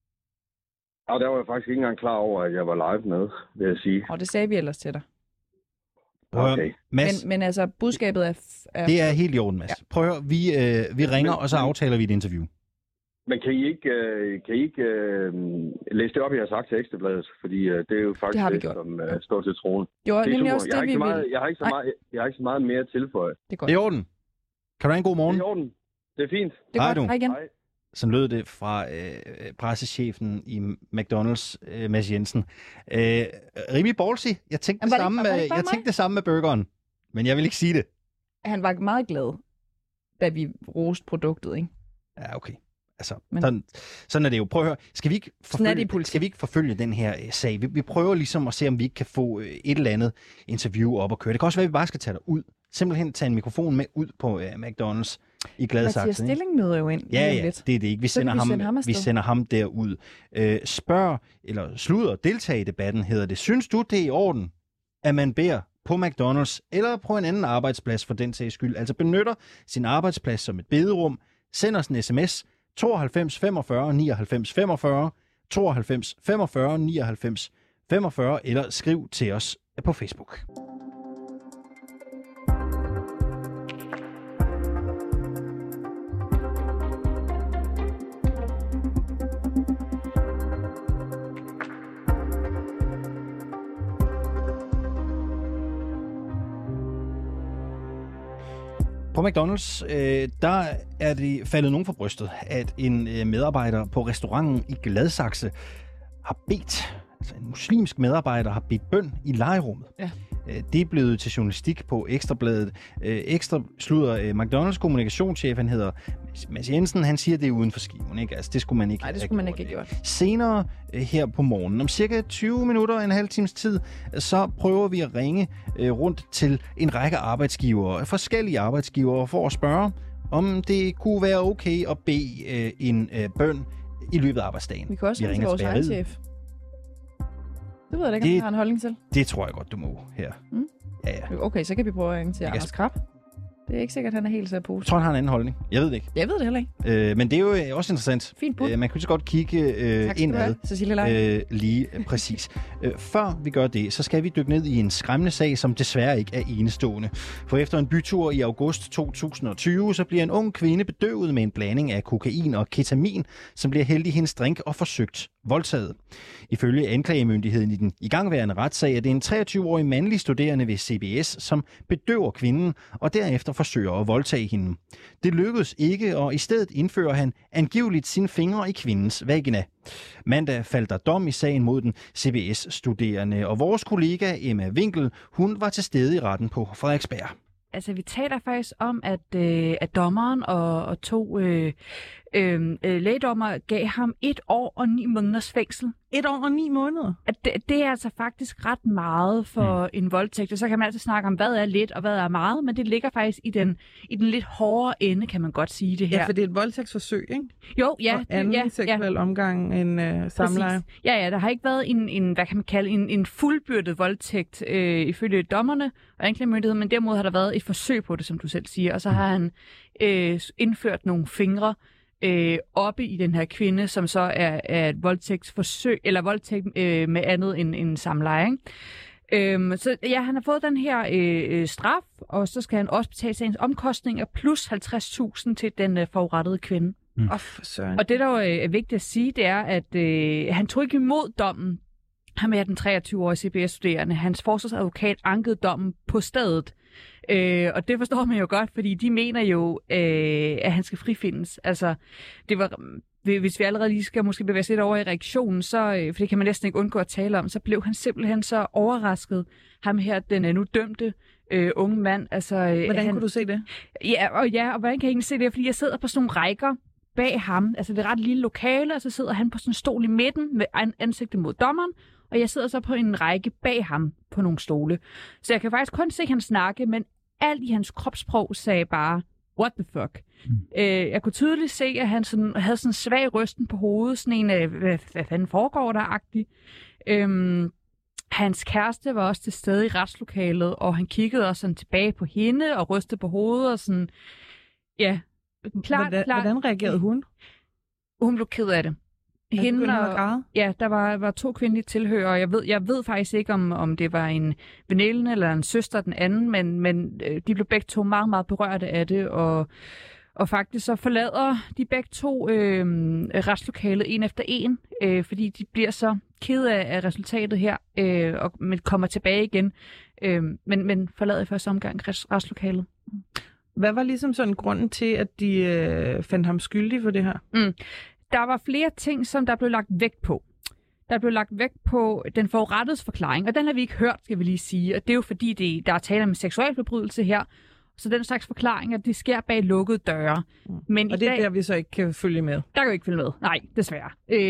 Og der var jeg faktisk ikke engang klar over, at jeg var live med, vil jeg sige. Og det sagde vi ellers til dig. Okay. Mads, men, men altså, budskabet er... F- er... Det er helt i orden, Mads. Ja. Prøv at høre, vi, øh, vi ringer, men, og så aftaler vi et interview. Men kan I ikke, øh, kan I ikke øh, læse det op, jeg har sagt til Ekstrabladet? Fordi øh, det er jo faktisk det, det som øh, står til troen. Jo, det er nemlig også det, jeg vi meget, vil. Jeg har, ikke så meget, jeg har ikke så meget mere at tilføje. Det er godt. Det er i orden. Kan du have en god morgen? Det er i orden. Det er fint. Det er Hej, godt. Du. Hej igen. Hej. Som lød det fra øh, pressechefen i McDonald's, øh, Mads Jensen. Øh, rimelig ballsy. Jeg tænkte det, det, samme, det, jeg tænkte det samme med burgeren, men jeg vil ikke sige det. Han var meget glad, da vi roste produktet, ikke? Ja, okay. Altså, men... sådan, sådan er det jo. Prøv at høre. Skal vi ikke forfølge, det skal vi ikke forfølge den her uh, sag? Vi, vi prøver ligesom at se, om vi ikke kan få uh, et eller andet interview op og køre. Det kan også være, at vi bare skal tage dig ud. Simpelthen tage en mikrofon med ud på uh, McDonald's i Gladsaxe. Mathias Stilling møder jo ind. Ja, ja, lidt. Det er det ikke. Vi sender, ham, sende ham vi sender ham derud. Uh, spørg, eller sluder, deltag i debatten, hedder det. Synes du, det er i orden, at man beder på McDonald's eller på en anden arbejdsplads for den sags skyld? Altså benytter sin arbejdsplads som et bederum. Send os en sms tooghalvfems femogfyrre nioghalvfems femogfyrre, tooghalvfems femogfyrre nioghalvfems femogfyrre, eller skriv til os på Facebook. På McDonald's, øh, der er det faldet nogen for brystet, at en øh, medarbejder på restauranten i Gladsaxe har bedt, altså en muslimsk medarbejder har bedt bøn i legerummet. Ja. Øh, det er blevet til journalistik på Ekstrabladet. Øh, Ekstra slutter øh, McDonald's kommunikationschef, han hedder Mads Jensen, han siger, det er uden for skiven, ikke? Altså, det skulle man ikke Nej, det skulle man ikke have gjort. Senere øh, her på morgenen, om cirka tyve minutter og en halv times tid, så prøver vi at ringe øh, rundt til en række arbejdsgivere, forskellige arbejdsgivere, for at spørge, om det kunne være okay at bede øh, en øh, bøn i løbet af arbejdsdagen. Vi kan også vi ringe til vores egen chef. Det ved jeg ikke, om det, jeg har en holdning til. Det tror jeg godt, du må her. Mm. Ja, ja. Okay, så kan vi prøve at ringe til Anders Krab. Det er ikke sikkert, at han er helt så Jeg positiv. tror, han har en anden holdning. Jeg ved det ikke. Jeg ved det heller ikke. Øh, men det er jo øh, også interessant. Fint bud. Øh, man kunne så godt kigge øh, Tak skal du indad. have, Cecilie Leif. Øh, lige øh, præcis. øh, før vi gør det, så skal vi dykke ned i en skræmmende sag, som desværre ikke er enestående. For efter en bytur i august to tusind og tyve, så bliver en ung kvinde bedøvet med en blanding af kokain og ketamin, som bliver hældt i hendes drink og forsøgt voldtaget. Ifølge anklagemyndigheden i den igangværende retssag er det en treogtyve-årig mandlig studerende ved C B S, som bedøver kvinden og derefter forsøger at voldtage hende. Det lykkedes ikke, og i stedet indfører han angiveligt sine fingre i kvindens vagina. Mandag faldt der dom i sagen mod den C B S-studerende, og vores kollega Emma Winkel, hun var til stede i retten på Frederiksberg. Altså, vi taler faktisk om, at, øh, at dommeren og, og to øh, øh, lægedommer gav ham et år og ni måneders fængsel. Et år og ni måneder? At det, det er altså faktisk ret meget for mm. en voldtægt. Og så kan man altid snakke om, hvad er lidt og hvad er meget, men det ligger faktisk i den, i den lidt hårdere ende, kan man godt sige det her. Ja, for det er et voldtægtsforsøg, ikke? Jo, ja. Og anden ja, seksuel ja. omgang end øh, samleje. Præcis. Ja, ja, der har ikke været en, en hvad kan man kalde, en, en fuldbyrdet voldtægt øh, ifølge dommerne og anklagemyndigheden, men derimod har der været et forsøg på det, som du selv siger, og så har han øh, indført nogle fingre øh, oppe i den her kvinde, som så er, er et voldtægtsforsøg, eller voldtægt øh, med andet end, end samleje, ikke? Øhm, så ja, han har fået den her øh, straf, og så skal han også betale sagens omkostninger plus halvtreds tusind til den øh, forurettede kvinde. Mm. Oh, for og det, der øh, er vigtigt at sige, det er, at øh, han tog ikke imod dommen. Han er den treogtyve-årige C B S-studerende. Hans forsvarsadvokat ankede dommen på stedet. Øh, og det forstår man jo godt, fordi de mener jo, øh, at han skal frifindes. Altså, det var... Hvis vi allerede lige skal måske bevæge os lidt over i reaktionen, så, for det kan man næsten ikke undgå at tale om, så blev han simpelthen så overrasket, ham her, den er nu dømte øh, unge mand. Altså, hvordan han, kunne du se det? Ja, og ja, og hvordan kan jeg egentlig se det? Fordi jeg sidder på sådan nogle rækker bag ham, altså det er ret lille lokale, og så sidder han på sådan en stol i midten med ansigtet mod dommeren, og jeg sidder så på en række bag ham på nogle stole. Så jeg kan faktisk kun se ham snakke, men alt i hans kropssprog sagde bare, what the fuck? Mm. Øh, jeg kunne tydeligt se, at han sådan, havde sådan en svag rysten på hovedet, sådan en af, hvad, hvad fanden foregår der-agtig. Øhm, hans kæreste var også til stede i retslokalet, og han kiggede også sådan tilbage på hende og rystede på hovedet og sådan, ja, klart, hvordan, klart. Hvordan reagerede hun? Hun blev ked af det. Altså, hende og, ja, der var, var to kvindelige tilhører, og jeg ved, jeg ved faktisk ikke, om, om det var en veninde eller en søster den anden, men, men de blev begge to meget, meget berørte af det, og, og faktisk så forlader de begge to øh, retslokalet en efter en, øh, fordi de bliver så ked af, af resultatet her, øh, og men kommer tilbage igen, øh, men, men forlader i første omgang rets, retslokalet. Hvad var ligesom sådan grunden til, at de øh, fandt ham skyldig for det her? Mm. Der var flere ting, som der blev lagt vægt på. Der blev lagt vægt på den forurettedes forklaring, og den har vi ikke hørt, skal vi lige sige. Og det er jo fordi, det, der er tale om en seksualforbrydelse her, så den slags forklaringer, det sker bag lukkede døre. Mm. Men og i det er dag, der, vi så ikke kan følge med? Der kan vi ikke følge med. Nej, desværre.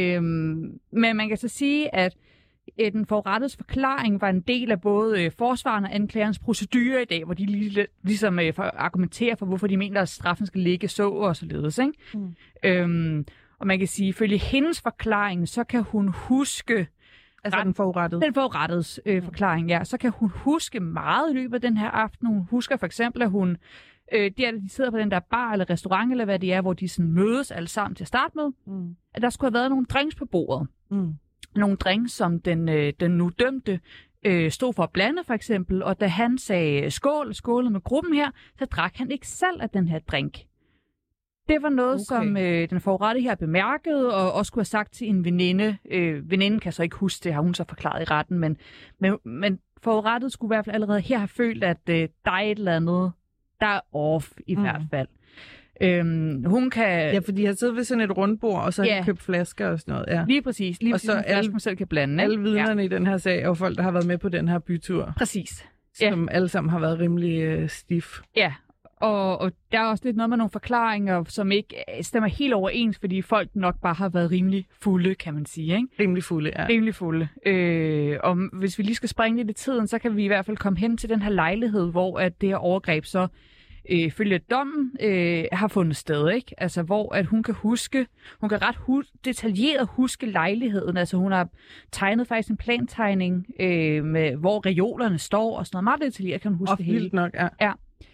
Øhm, men man kan så sige, at den forurettedes forklaring var en del af både forsvaren og anklagerens procedure i dag, hvor de lige, ligesom argumenterer for, hvorfor de mener, at straffen skal ligge så og således. Ikke? Mm. Øhm, Og man kan sige, at ifølge hendes forklaring, så kan hun huske... Altså ret, den forurettede? Den forurettedes øh, forklaring, ja. Så kan hun huske meget i løbet af den her aften. Hun husker for eksempel, at hun... Øh, der, de sidder på den der bar eller restaurant, eller hvad det er, hvor de sådan mødes alle sammen til at starte med. Mm. At der skulle have været nogle drinks på bordet. Mm. Nogle drinks, som den, øh, den nu dømte øh, stod for at blande, for eksempel. Og da han sagde skål, skålede med gruppen her, så drak han ikke selv af den her drink. Det var noget, okay. som øh, den forurettede her bemærkede, og også kunne have sagt til en veninde. Øh, veninden kan så ikke huske det, har hun så forklaret i retten, men, men, men forurettede skulle i hvert fald allerede her have følt, at øh, der er et eller andet, der er off i mm. hvert fald. Øhm, hun kan... Ja, fordi de har siddet ved sådan et rundbord, og så har ja. de købt flasker og sådan noget. Ja. Lige præcis. Lige og præcis, så en flaske, man selv kan blande. Alle vidnerne ja. i den her sag er jo folk, der har været med på den her bytur. Præcis. Som ja. alle sammen har været rimelig øh, stif. Ja, Og, og der er også lidt noget med nogle forklaringer, som ikke stemmer helt overens, fordi folk nok bare har været rimelig fulde, kan man sige. Ikke? Rimelig fulde, ja. Rimelig fulde. Øh, og hvis vi lige skal springe lidt i tiden, så kan vi i hvert fald komme hen til den her lejlighed, hvor at det her overgreb så øh, følge dommen øh, har fundet sted. Ikke? Altså hvor at hun kan huske, hun kan ret hu- detaljeret huske lejligheden. Altså hun har tegnet faktisk en plantegning, øh, med, hvor reolerne står og sådan noget. Meget detaljeret kan hun huske og det hele. Vildt nok, ja. ja.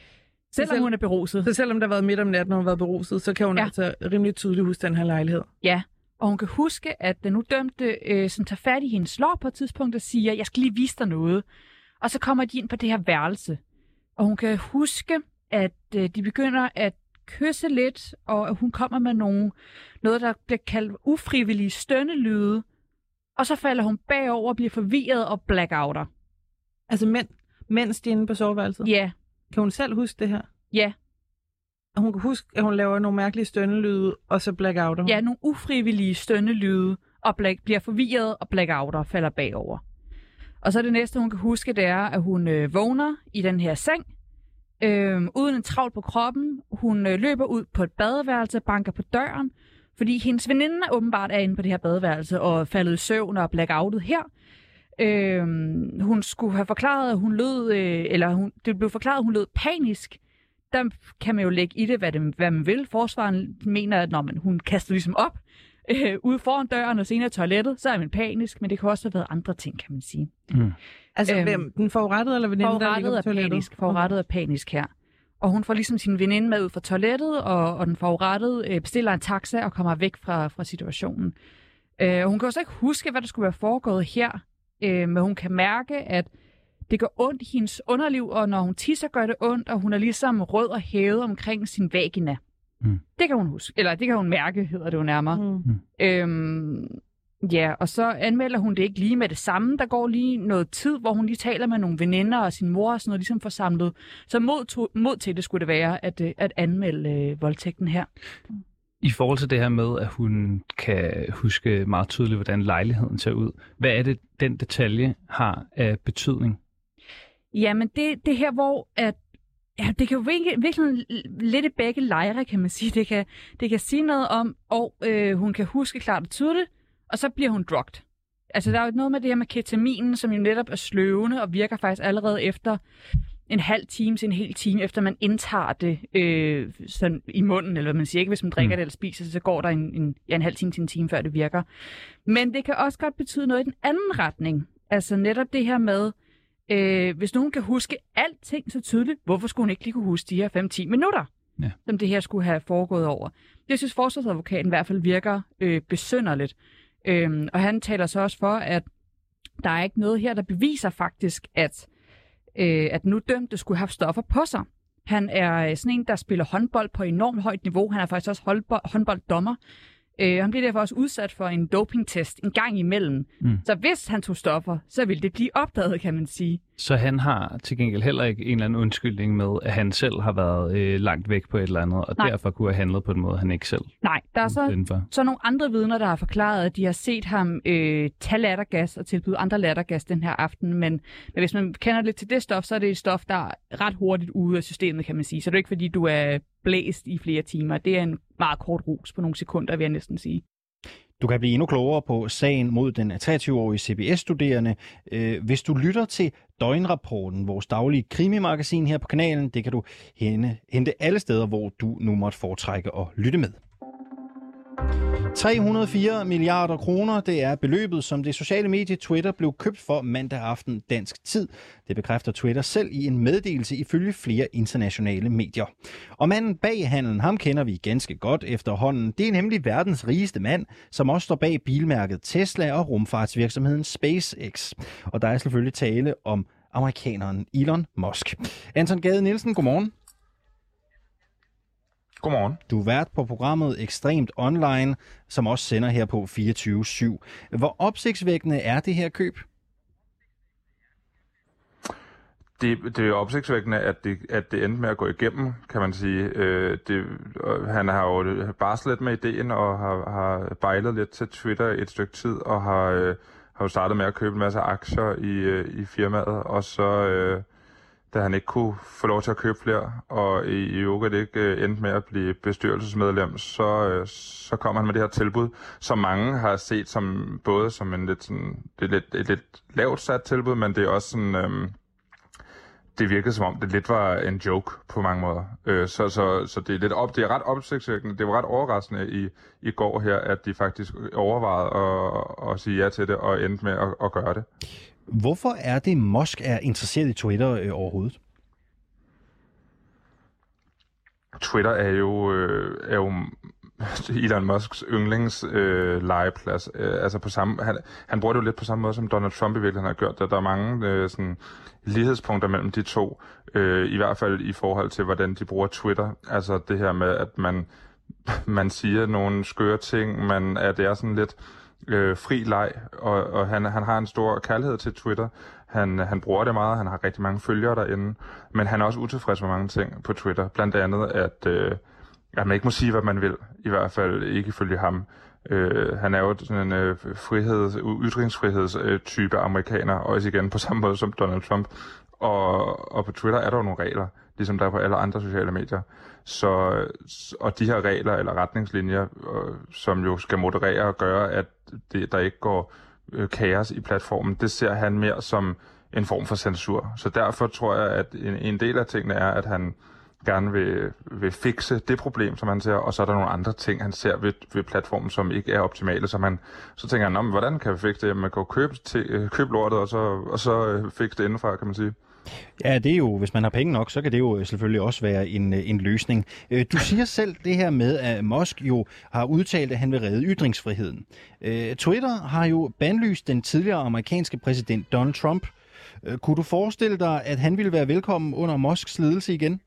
Selvom selv, hun er beruset. Så selvom der har været midt om natten, og hun har været beruset, så kan hun ja. altså rimelig tydeligt huske den her lejlighed. Ja, og hun kan huske, at den nu dømte, øh, som tager fat i hendes lår på et tidspunkt og siger, jeg skal lige vise dig noget. Og så kommer de ind på det her værelse. Og hun kan huske, at øh, de begynder at kysse lidt, og at hun kommer med nogle, noget, der bliver kaldt ufrivillige stønnelyde. Og så falder hun bagover og bliver forvirret og blackouter. Altså mænd, mens de er inde på soveværelset? Ja. Kan hun selv huske det her? Ja. Og hun kan huske, at hun laver nogle mærkelige stønnelyde, og så blackouter hun? Ja, nogle ufrivillige stønnelyde, og black, bliver forvirret og blackouter og falder bagover. Og så det næste, hun kan huske, det er, at hun øh, vågner i den her seng, øh, uden en travl på kroppen. Hun øh, løber ud på et badeværelse, banker på døren, fordi hendes veninde åbenbart er inde på det her badeværelse og faldet i søvn og blackoutet her. Øh, hun skulle have forklaret, at hun lød, øh, eller hun, det blev forklaret, at hun lød panisk. Der kan man jo lægge i det, hvad, det, hvad man vil. Forsvaren mener, at når man, hun kaster ligesom op øh, ude foran døren og senere toilettet, så er man panisk, men det kan også have været andre ting, kan man sige. Mm. Altså øhm, hvem? Den forurettede eller veninde, der ligger på toilettet? Panisk, forurettet er panisk her. Og hun får ligesom sin veninde med ud fra toilettet, og, og den forurettede øh, bestiller en taxa og kommer væk fra, fra situationen. Øh, hun kan også ikke huske, hvad der skulle være foregået her, øh, men hun kan mærke, at det gør ondt i hendes underliv, og når hun tisser, gør det ondt, og hun er ligesom rød og hævet omkring sin vagina. Mm. Det kan hun huske, eller det kan hun mærke, hedder det jo nærmere. Mm. Øhm, ja, og så anmelder hun det ikke lige med det samme. Der går lige noget tid, hvor hun lige taler med nogle veninder og sin mor og sådan noget, ligesom får samlet. Så mod, to, mod til det skulle det være, at, at anmelde øh, voldtægten her. I forhold til det her med, at hun kan huske meget tydeligt, hvordan lejligheden ser ud. Hvad er det, den detalje har af betydning? Jamen, det, det her, hvor at, ja, det kan jo virkelig, virkelig lidt i begge lejre, kan man sige. Det kan, det kan sige noget om, og øh, hun kan huske klart og tydeligt, og så bliver hun drugged. Altså, der er jo noget med det her med ketaminen, som jo netop er sløvende, og virker faktisk allerede efter en halv time til en hel time, efter man indtager det øh, sådan i munden, eller hvad man siger. Ikke hvis man drikker mm. det eller spiser det, så går der en, en, ja, en halv time til en time, før det virker. Men det kan også godt betyde noget i den anden retning. Altså netop det her med, Øh, hvis nogen kan huske alting så tydeligt, hvorfor skulle hun ikke lige kunne huske de her fem til ti minutter, ja. som det her skulle have foregået over? Det synes forsvarsadvokaten i hvert fald virker øh, besynderligt. Øh, og han taler så også for, at der er ikke noget her, der beviser faktisk, at, øh, at nu dømte skulle have stoffer på sig. Han er sådan en, der spiller håndbold på enormt højt niveau. Han er faktisk også håndbold, håndbolddommer. Øh, han bliver derfor også udsat for en dopingtest en gang imellem. Mm. Så hvis han tog stoffer, så ville det blive opdaget, kan man sige. Så han har til gengæld heller ikke en eller anden undskyldning med, at han selv har været øh, langt væk på et eller andet, og Nej. derfor kunne have handlet på en måde, han ikke selv. Nej, der er så, så nogle andre vidner, der har forklaret, at de har set ham øh, tage lattergas og tilbyde andre lattergas den her aften. Men, men hvis man kender lidt til det stof, så er det et stof, der er ret hurtigt ude af systemet, kan man sige. Så det er ikke fordi, du er blæst i flere timer. Det er en meget kort rus på nogle sekunder, vil jeg næsten sige. Du kan blive endnu klogere på sagen mod den treogtyve-årige C B S-studerende, øh, hvis du lytter til Døgnrapporten, vores daglige krimimagasin her på kanalen. Det kan du hente, hente alle steder, hvor du nu måtte foretrække at lytte med. tre hundrede og fire milliarder kroner, det er beløbet, som det sociale medie Twitter blev købt for mandag aften dansk tid. Det bekræfter Twitter selv i en meddelelse ifølge flere internationale medier. Og manden bag handlen, ham kender vi ganske godt efterhånden. Det er nemlig verdens rigeste mand, som også står bag bilmærket Tesla og rumfartsvirksomheden SpaceX. Og der er selvfølgelig tale om amerikaneren Elon Musk. Anton Gade Nielsen, godmorgen. Godmorgen. Du er vært på programmet Ekstremt Online, som også sender her på fireogtyve syv. Hvor opsigtsvækkende er det her køb? Det, det er jo opsigtsvækkende, at det, at det endte med at gå igennem, kan man sige. Øh, det, han har jo barslet lidt med ideen og har, har bejlet lidt til Twitter et stykke tid og har, øh, har jo startet med at købe en masse aktier i, øh, i firmaet, og så... Øh, da han ikke kunne få lov til at købe flere, og i, i øvrigt ikke øh, endte med at blive bestyrelsesmedlem, så, øh, så kom han med det her tilbud, som mange har set som både som en lidt, sådan, det er lidt, et lidt lavt sat tilbud, men det er også sådan, øh, det virkede som om det lidt var en joke på mange måder. Øh, så, så, så det er lidt op, det er ret opsigtsvækkende, det var ret overraskende i, i går her, at de faktisk overvejede at, at sige ja til det og endte med at, at gøre det. Hvorfor er det, Musk er interesseret i Twitter øh, overhovedet? Twitter er jo, øh, er jo Elon Musks yndlings øh, legeplads. Øh, altså på samme, han, han bruger det jo lidt på samme måde, som Donald Trump i virkeligheden har gjort det. Der er mange øh, sådan, lighedspunkter mellem de to, øh, i hvert fald i forhold til, hvordan de bruger Twitter. Altså det her med, at man, man siger nogle skøre ting, men at det er sådan lidt øh, fri leg, og, og han, han har en stor kærlighed til Twitter. Han, han bruger det meget, han har rigtig mange følgere derinde, men han er også utilfreds med mange ting på Twitter. Blandt andet, at, øh, at man ikke må sige, hvad man vil, i hvert fald ikke ifølge ham. Øh, han er jo sådan en øh, friheds, ytringsfriheds-type øh, amerikaner, også igen på samme måde som Donald Trump. Og, og på Twitter er der jo nogle regler, ligesom der er på alle andre sociale medier. Så, og de her regler eller retningslinjer, øh, som jo skal moderere og gøre, at det, der ikke går øh, kaos i platformen, det ser han mere som en form for censur. Så derfor tror jeg, at en, en del af tingene er, at han gerne vil, vil fikse det problem, som han ser, og så er der nogle andre ting, han ser ved, ved platformen, som ikke er optimale. Så, man, så tænker han, men hvordan kan vi fikse det? Man kan jo købe, til, købe lortet, og så, og så fikse det indenfra, kan man sige. Ja, det er jo, hvis man har penge nok, så kan det jo selvfølgelig også være en, en løsning. Du siger selv det her med, at Musk jo har udtalt, at han vil redde ytringsfriheden. Twitter har jo bandlyst den tidligere amerikanske præsident Donald Trump. Kunne du forestille dig, at han ville være velkommen under Musks ledelse igen?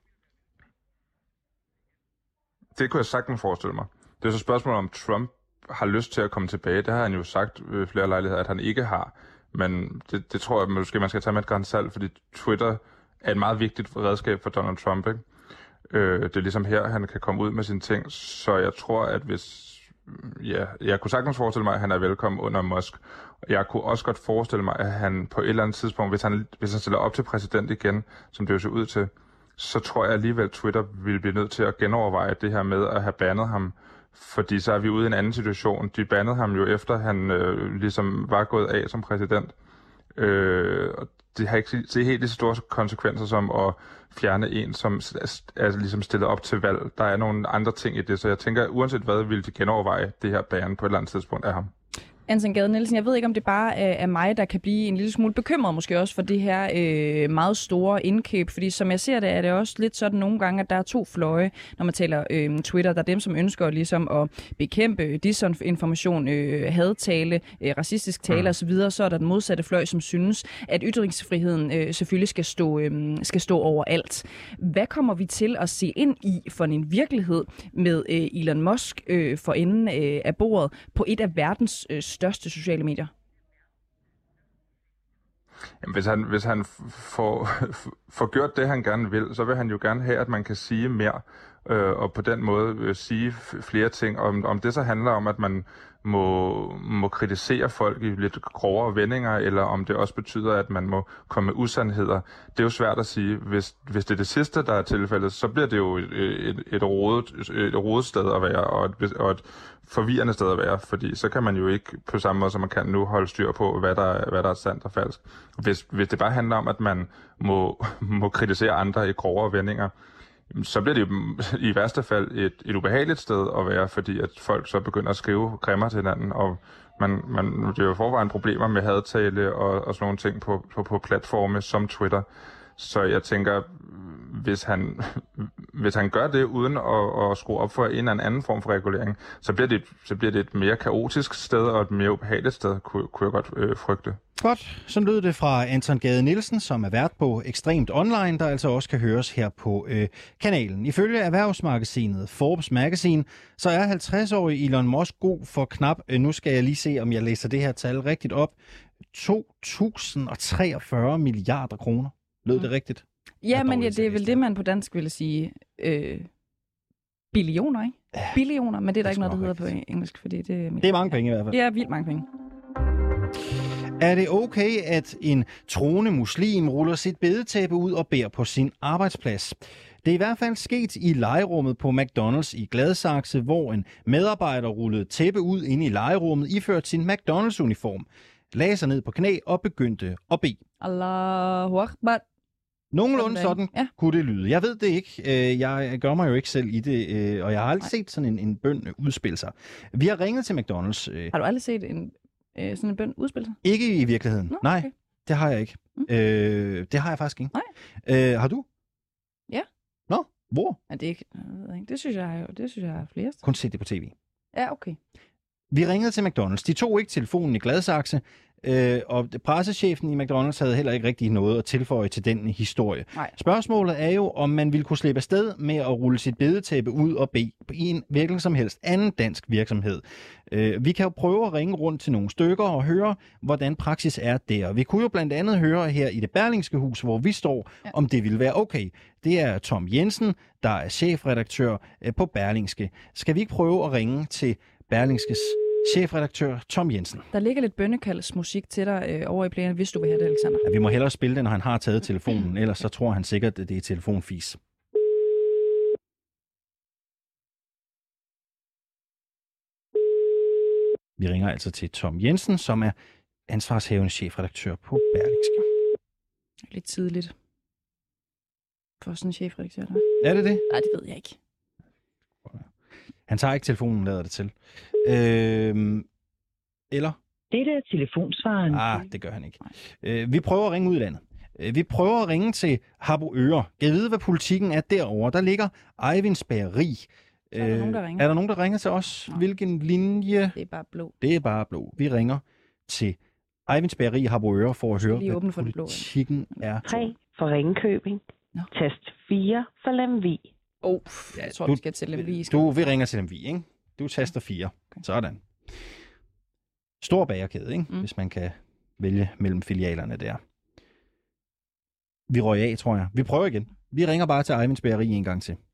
Det kunne jeg sagtens forestille mig. Det er så spørgsmålet, om Trump har lyst til at komme tilbage. Det har han jo sagt ved flere lejligheder, at han ikke har. Men det, det tror jeg måske, man skal tage med et gran salt, fordi Twitter er et meget vigtigt redskab for Donald Trump. Ikke? Øh, det er ligesom her, han kan komme ud med sine ting. Så jeg tror, at hvis... Ja, jeg kunne sagtens forestille mig, at han er velkommen under Musk. Jeg kunne også godt forestille mig, at han på et eller andet tidspunkt, hvis han, hvis han stiller op til præsident igen, som det jo ser ud til, så tror jeg alligevel, at Twitter vil blive nødt til at genoverveje det her med at have bandet ham. Fordi så er vi ude i en anden situation. De bandede ham jo efter, han øh, ligesom var gået af som præsident. Øh, og det har ikke det er helt lige så store konsekvenser som at fjerne en, som er ligesom stillet op til valg. Der er nogle andre ting i det, så jeg tænker, at uanset hvad, vil de genoverveje det her ban på et eller andet tidspunkt af ham. Anton Gade Nielsen, jeg ved ikke, om det bare er mig, der kan blive en lille smule bekymret måske også for det her øh, meget store indkøb, fordi som jeg ser det, er det også lidt sådan nogle gange, at der er to fløje, når man taler øh, Twitter. Der er dem, som ønsker ligesom at bekæmpe disinformation, øh, hadtale, øh, racistisk tale osv., så er der den modsatte fløj, som synes, at ytringsfriheden øh, selvfølgelig skal stå, øh, skal stå overalt. Hvad kommer vi til at se ind i for en virkelighed med øh, Elon Musk øh, for enden øh, af bordet på et af verdens øh, største sociale medier? Jamen, hvis han, hvis han får, får gjort det, han gerne vil, så vil han jo gerne have, at man kan sige mere, øh, og på den måde øh, sige flere ting. Om, om det så handler om, at man må, må kritisere folk i lidt grovere vendinger, eller om det også betyder, at man må komme med usandheder. Det er jo svært at sige. Hvis, hvis det er det sidste, der er tilfældet, så bliver det jo et, et, et, rodet, et rodet sted at være, og et, og et forvirrende sted at være, fordi så kan man jo ikke på samme måde, som man kan nu, holde styr på, hvad der, hvad der er sandt og falsk. Hvis, hvis det bare handler om, at man må, må kritisere andre i grovere vendinger, så bliver det jo i værste fald et, et ubehageligt sted at være, fordi at folk så begynder at skrive grimmer til hinanden, og man, man, det er jo forvejen problemer med hadtale og, og sådan nogle ting på, på, på platforme som Twitter. Så jeg tænker, hvis han, hvis han gør det uden at, at skrue op for en eller anden form for regulering, så bliver, det, så bliver det et mere kaotisk sted og et mere ubehageligt sted, kunne, kunne jeg godt øh, frygte. Godt, så lød det fra Anton Gade Nielsen, som er vært på Ekstremt Online, der altså også kan høres her på øh, kanalen. Ifølge erhvervsmagasinet Forbes Magazine, så er halvtreds-årige Elon Musk god for knap, øh, nu skal jeg lige se, om jeg læser det her tal rigtigt op, to tusind treogfyrre milliarder kroner. Lød det rigtigt? Ja, men ja, det er vel det, man på dansk ville sige øh, billioner, ikke? Ja, billioner, men det er der ikke noget, der hedder på engelsk, fordi det er... Det er mange penge i hvert fald. Det er vildt mange penge. Er det okay, at en troende muslim ruller sit bedetæppe ud og beder på sin arbejdsplads? Det er i hvert fald sket i legerummet på McDonald's i Gladsaxe, hvor en medarbejder rullede tæppe ud inde i legerummet, iført sin McDonald's-uniform, lagde sig ned på knæ og begyndte at bede. Allahu Akbar. Nogenlunde sådan ja. Kunne det lyde. Jeg ved det ikke. Jeg gør mig jo ikke selv i det, og jeg har aldrig Nej. set sådan en, en bøn udspille sig. Vi har ringet til McDonald's. Har du aldrig set en, sådan en bøn udspille sig? Ikke i virkeligheden. Nå, Nej, okay. Det har jeg ikke. Mm. Øh, det har jeg faktisk ikke. Nej. Øh, har du? Ja. Nå, Hvor? Er det ikke? Jeg ved ikke. Det synes jeg, det synes jeg er flere. Kun set det på tv. Ja, okay. Vi ringede til McDonald's. De tog ikke telefonen i Gladsaxe, øh, og pressechefen i McDonald's havde heller ikke rigtig noget at tilføje til den historie. Nej. Spørgsmålet er jo, om man ville kunne slippe afsted med at rulle sit bedetæppe ud og bede i en hvilken som helst anden dansk virksomhed. Øh, vi kan jo prøve at ringe rundt til nogle stykker og høre, hvordan praksis er der. Vi kunne jo blandt andet høre her i det Berlingske Hus, hvor vi står, ja. om det ville være okay. Det er Tom Jensen, der er chefredaktør på Berlingske. Skal vi ikke prøve at ringe til Berlingskes chefredaktør Tom Jensen? Der ligger lidt bønnekaldsmusik til dig øh, over i planen, hvis du vil have det, Alexander. Ja, vi må hellere spille det, når han har taget telefonen, ellers så tror han sikkert, at det er telefonfis. Vi ringer altså til Tom Jensen, som er ansvarshavende chefredaktør på Berlingske. Lidt tidligt for sådan en chefredaktør, der. Er det det? Nej, det ved jeg ikke. Han tager ikke telefonen, lader det til. Øhm, eller? Dette er telefonsvaren. Ah, det gør han ikke. Øh, vi prøver at ringe ud i landet. Øh, vi prøver at ringe til Harboøre. Kan I vide, hvad politikken er derovre? Der ligger Eivinds Bageri. Er der nogen, der ringer? Er der nogen, der ringer til os? Nå. Hvilken linje? Det er bare blå. Det er bare blå. Vi ringer til Eivinds Bageri i Harboøre for at høre, hvad politikken er. tre for Ringkøbing. Nå. Tast fire for Lemvig. Oh, jeg tror, du, du skal til Lemvig. Du, vi ringer til Lemvig, ikke? Du taster fire. Okay. Sådan. Stor bagerkæde, ikke? Mm. Hvis man kan vælge mellem filialerne der. Vi røg af, tror jeg. Vi prøver igen. Vi ringer bare til Eivinds Bageri en gang til.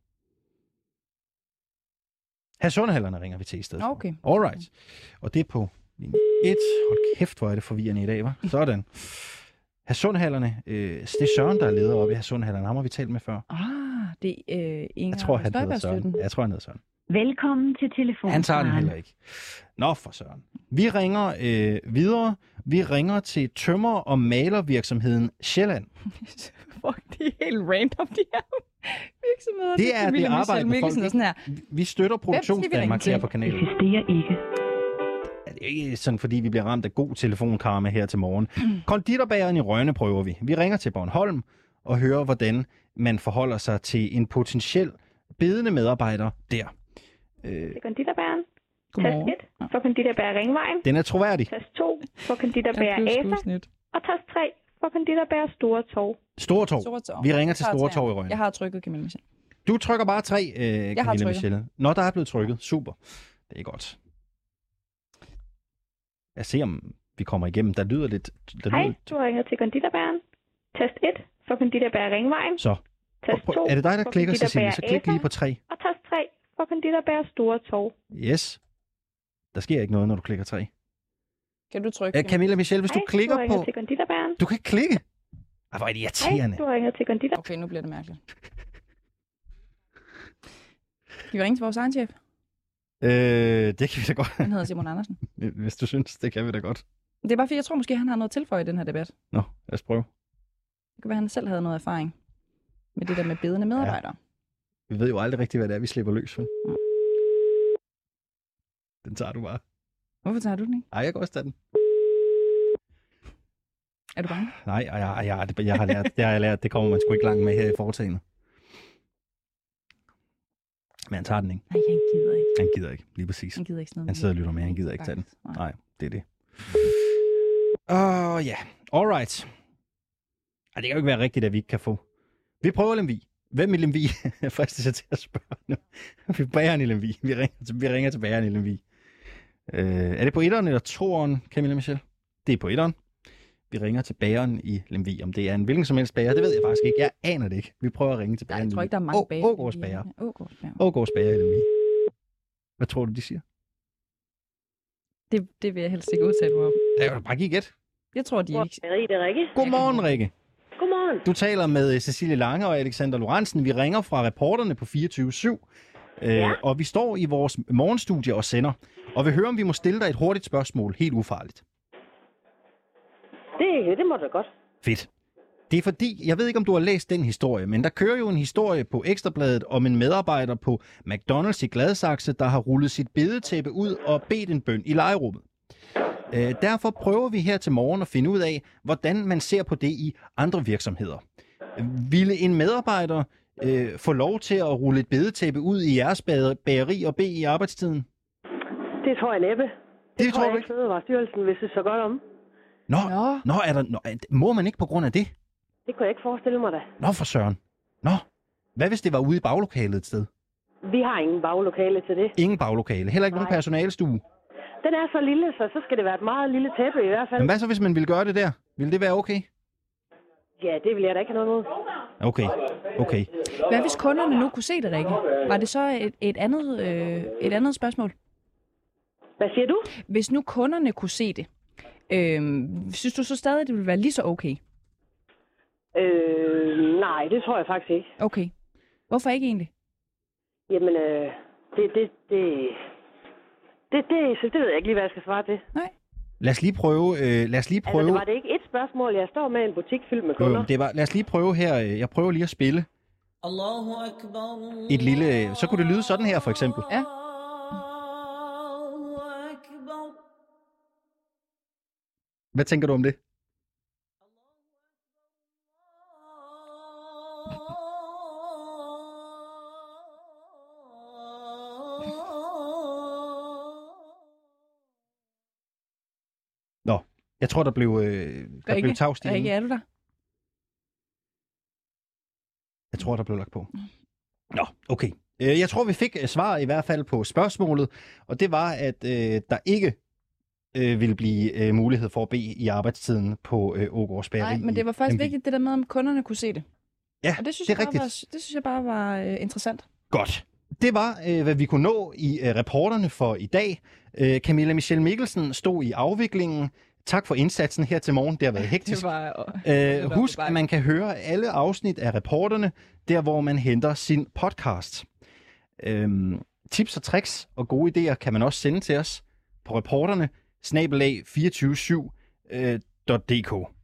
Hadsundhallerne ringer vi til i stedet. Okay. Alright. Og det er på linje et. Hold kæft, hvor er det forvirrende i dag, hva'? Sådan. Hadsundhallerne. Øh, det er Søren, der er leder oppe i Hadsundhallerne. Ham har vi talt med før. Ah, det er øh, Inger Jeg tror, han hedder Søren. Jeg tror, han hedder Søren. Velkommen til telefonen. Han tager den heller ikke. Nå, for Søren. Vi ringer øh, videre. Vi ringer til tømmer- og malervirksomheden Sjælland. Fuck, det er helt random, de her virksomheder. Det er det arbejde med folk. Sådan her. Vi støtter Produktionsdanmark her på kanalen. Eksisterer ikke. Ja, det er ikke sådan, fordi vi bliver ramt af god telefonkarma her til morgen. Konditorbageren i Rønne prøver vi. Vi ringer til Bornholm og hører, hvordan man forholder sig til en potentiel bedende medarbejder der. Øh... Det er konditorbageren. Godmorgen. Tast et for konditorbager Ringvejen. Den er troværdig. Tast to for konditorbager Asa. Og tast tre for konditorbager Store Torv. Store Torv. Vi ringer til Store Torv i Rønne. Jeg har trykket, Camilla Michelle. Du trykker bare tre, øh, Camilla Michelle. Når der er blevet trykket. Super. Det er godt. Jeg ser, om vi kommer igennem. Der lyder lidt... Der Hej, lyder... du ringer til konditorbageren. Tast et for konditorbager Ringvejen. Så. Tast to er det dig, der klikker, Cecilie? Så klik lige på tre. Og tast tre for konditorbager Store Torv. Yes. Der sker ikke noget, når du klikker tre. Kan du trykke? Ja, Camilla Michelle, hvis Hej, du klikker du ringer på... til konditorbageren. Du kan ikke klikke. Ej, hvor er det irriterende. Hej, du ringer til konditor. Okay, nu bliver det mærkeligt. Kan vi ringe til vores egen chef? Øh, det kan vi da godt. Han hedder Simon Andersen. Hvis du synes, det kan vi da godt. Det er bare fordi, jeg tror måske, han har noget tilføje i den her debat. Nå, lad os prøve. Det kan være, han selv havde noget erfaring med det der med bedende medarbejdere. Ja. Vi ved jo aldrig rigtigt, hvad det er, vi slipper løs for. Mm. Den tager du bare. Hvorfor tager du den ikke? Ej, jeg kan også tage den. Er du bange? Nej, jeg, jeg, jeg, jeg har lært, det har jeg lært, det kommer man sgu ikke langt med her i foretagendet. Men han tager den ikke. Nej, han gider ikke. Han gider ikke, lige præcis. Han gider ikke sådan noget. Han sidder og lytter med, han gider ikke tage den. Nej, det er det. Åh, uh, ja. Alright. Ej, det kan jo ikke være rigtigt, at vi ikke kan få. Vi prøver Lemvig. Hvem i Lemvig? Jeg fristes sig til at spørge nu. Vi er bageren i Lemvig. Vi ringer til, vi ringer til bageren i Lemvig. Uh, er det på etteren eller toeren, Camilla Michelle? Det er på etteren. Vi ringer til bageren i Lemvig. Om det er en hvilken som helst bager, det ved jeg faktisk ikke. Jeg aner det ikke. Vi prøver at ringe til bageren. Jeg tror ikke, der er mange bager. Ågårds bager. Ågårds bager i Lemvig. Hvad tror du, de siger? Det, det vil jeg helst ikke udtale mig om. Det er jo bare ikke gæt. Jeg tror, de ikke... Det er Rikke. Godmorgen, Rikke. Godmorgen. Du taler med Cecilie Lange og Alexander Lorentzen. Vi ringer fra reporterne på fireogtyve syv. Ja. Øh, og vi står i vores morgenstudie og sender. Og vi hører, om vi må stille dig et hurtigt spørgsmål. Helt ufarligt. Det, det må du godt. Fedt. Det er fordi, jeg ved ikke, om du har læst den historie, men der kører jo en historie på Ekstrabladet om en medarbejder på McDonald's i Gladsaxe, der har rullet sit bedetæppe ud og bedt en bøn i legerummet. Øh, derfor prøver vi her til morgen at finde ud af, hvordan man ser på det i andre virksomheder. Ville en medarbejder øh, få lov til at rulle et bedetæppe ud i jeres bageri og bede i arbejdstiden? Det tror jeg næppe. Det, det tror jeg ikke. Fødevarestyrelsen vil se så godt om. Nå, nå. nå, er der, nå, må man ikke på grund af det? Det kunne jeg ikke forestille mig da. Nå, for søren. Nå, hvad hvis det var ude i baglokalet et sted? Vi har ingen baglokale til det. Ingen baglokale. Heller ikke Nej. nogen personalestue? Den er så lille, så, så skal det være et meget lille tæppe i hvert fald. Men hvad så, hvis man ville gøre det der? Ville det være okay? Ja, det vil jeg da ikke have noget mod. Okay, okay. Hvad hvis kunderne nu kunne se det, Rikke? Var det så et, et, andet, øh, et andet spørgsmål? Hvad siger du? Hvis nu kunderne kunne se det, øh, synes du så stadig, at det ville være lige så okay? Øh, nej, det tror jeg faktisk ikke. Okay. Hvorfor ikke egentlig? Jamen, øh, det, det, det, det, det, så det ved jeg ikke lige, hvad jeg skal svare til. Nej. Lad os lige prøve... Øh, lad os lige prøve... Altså, det var det ikke et spørgsmål. Jeg står med en butik fyldt med kunder. Øh, det var, lad os lige prøve her... Jeg prøver lige at spille et lille... Så kunne det lyde sådan her, for eksempel. Ja. Hvad tænker du om det? Nå, jeg tror, der blev, øh, der Rikke, blev tavst i. Rikke, er du der? Jeg tror, der blev lagt på. Nå, okay. Jeg tror, vi fik svar i hvert fald på spørgsmålet, og det var, at øh, der ikke øh, ville blive øh, mulighed for at bede i arbejdstiden på øh, Ågårds Bageri. Nej, men det var faktisk M V. vigtigt, det der med, om kunderne kunne se det. Ja, og det synes det er jeg rigtigt. Var, det synes jeg bare var øh, interessant. Godt. Det var, øh, hvad vi kunne nå i øh, reporterne for i dag. Øh, Camilla Michelle Mikkelsen stod i afviklingen. Tak for indsatsen her til morgen. Det har været hektisk. Det var, øh, det var husk, at man kan høre alle afsnit af reporterne, der hvor man henter sin podcast. Øh, tips og tricks og gode idéer kan man også sende til os på reporterne snabel-a to fire syv punktum d k.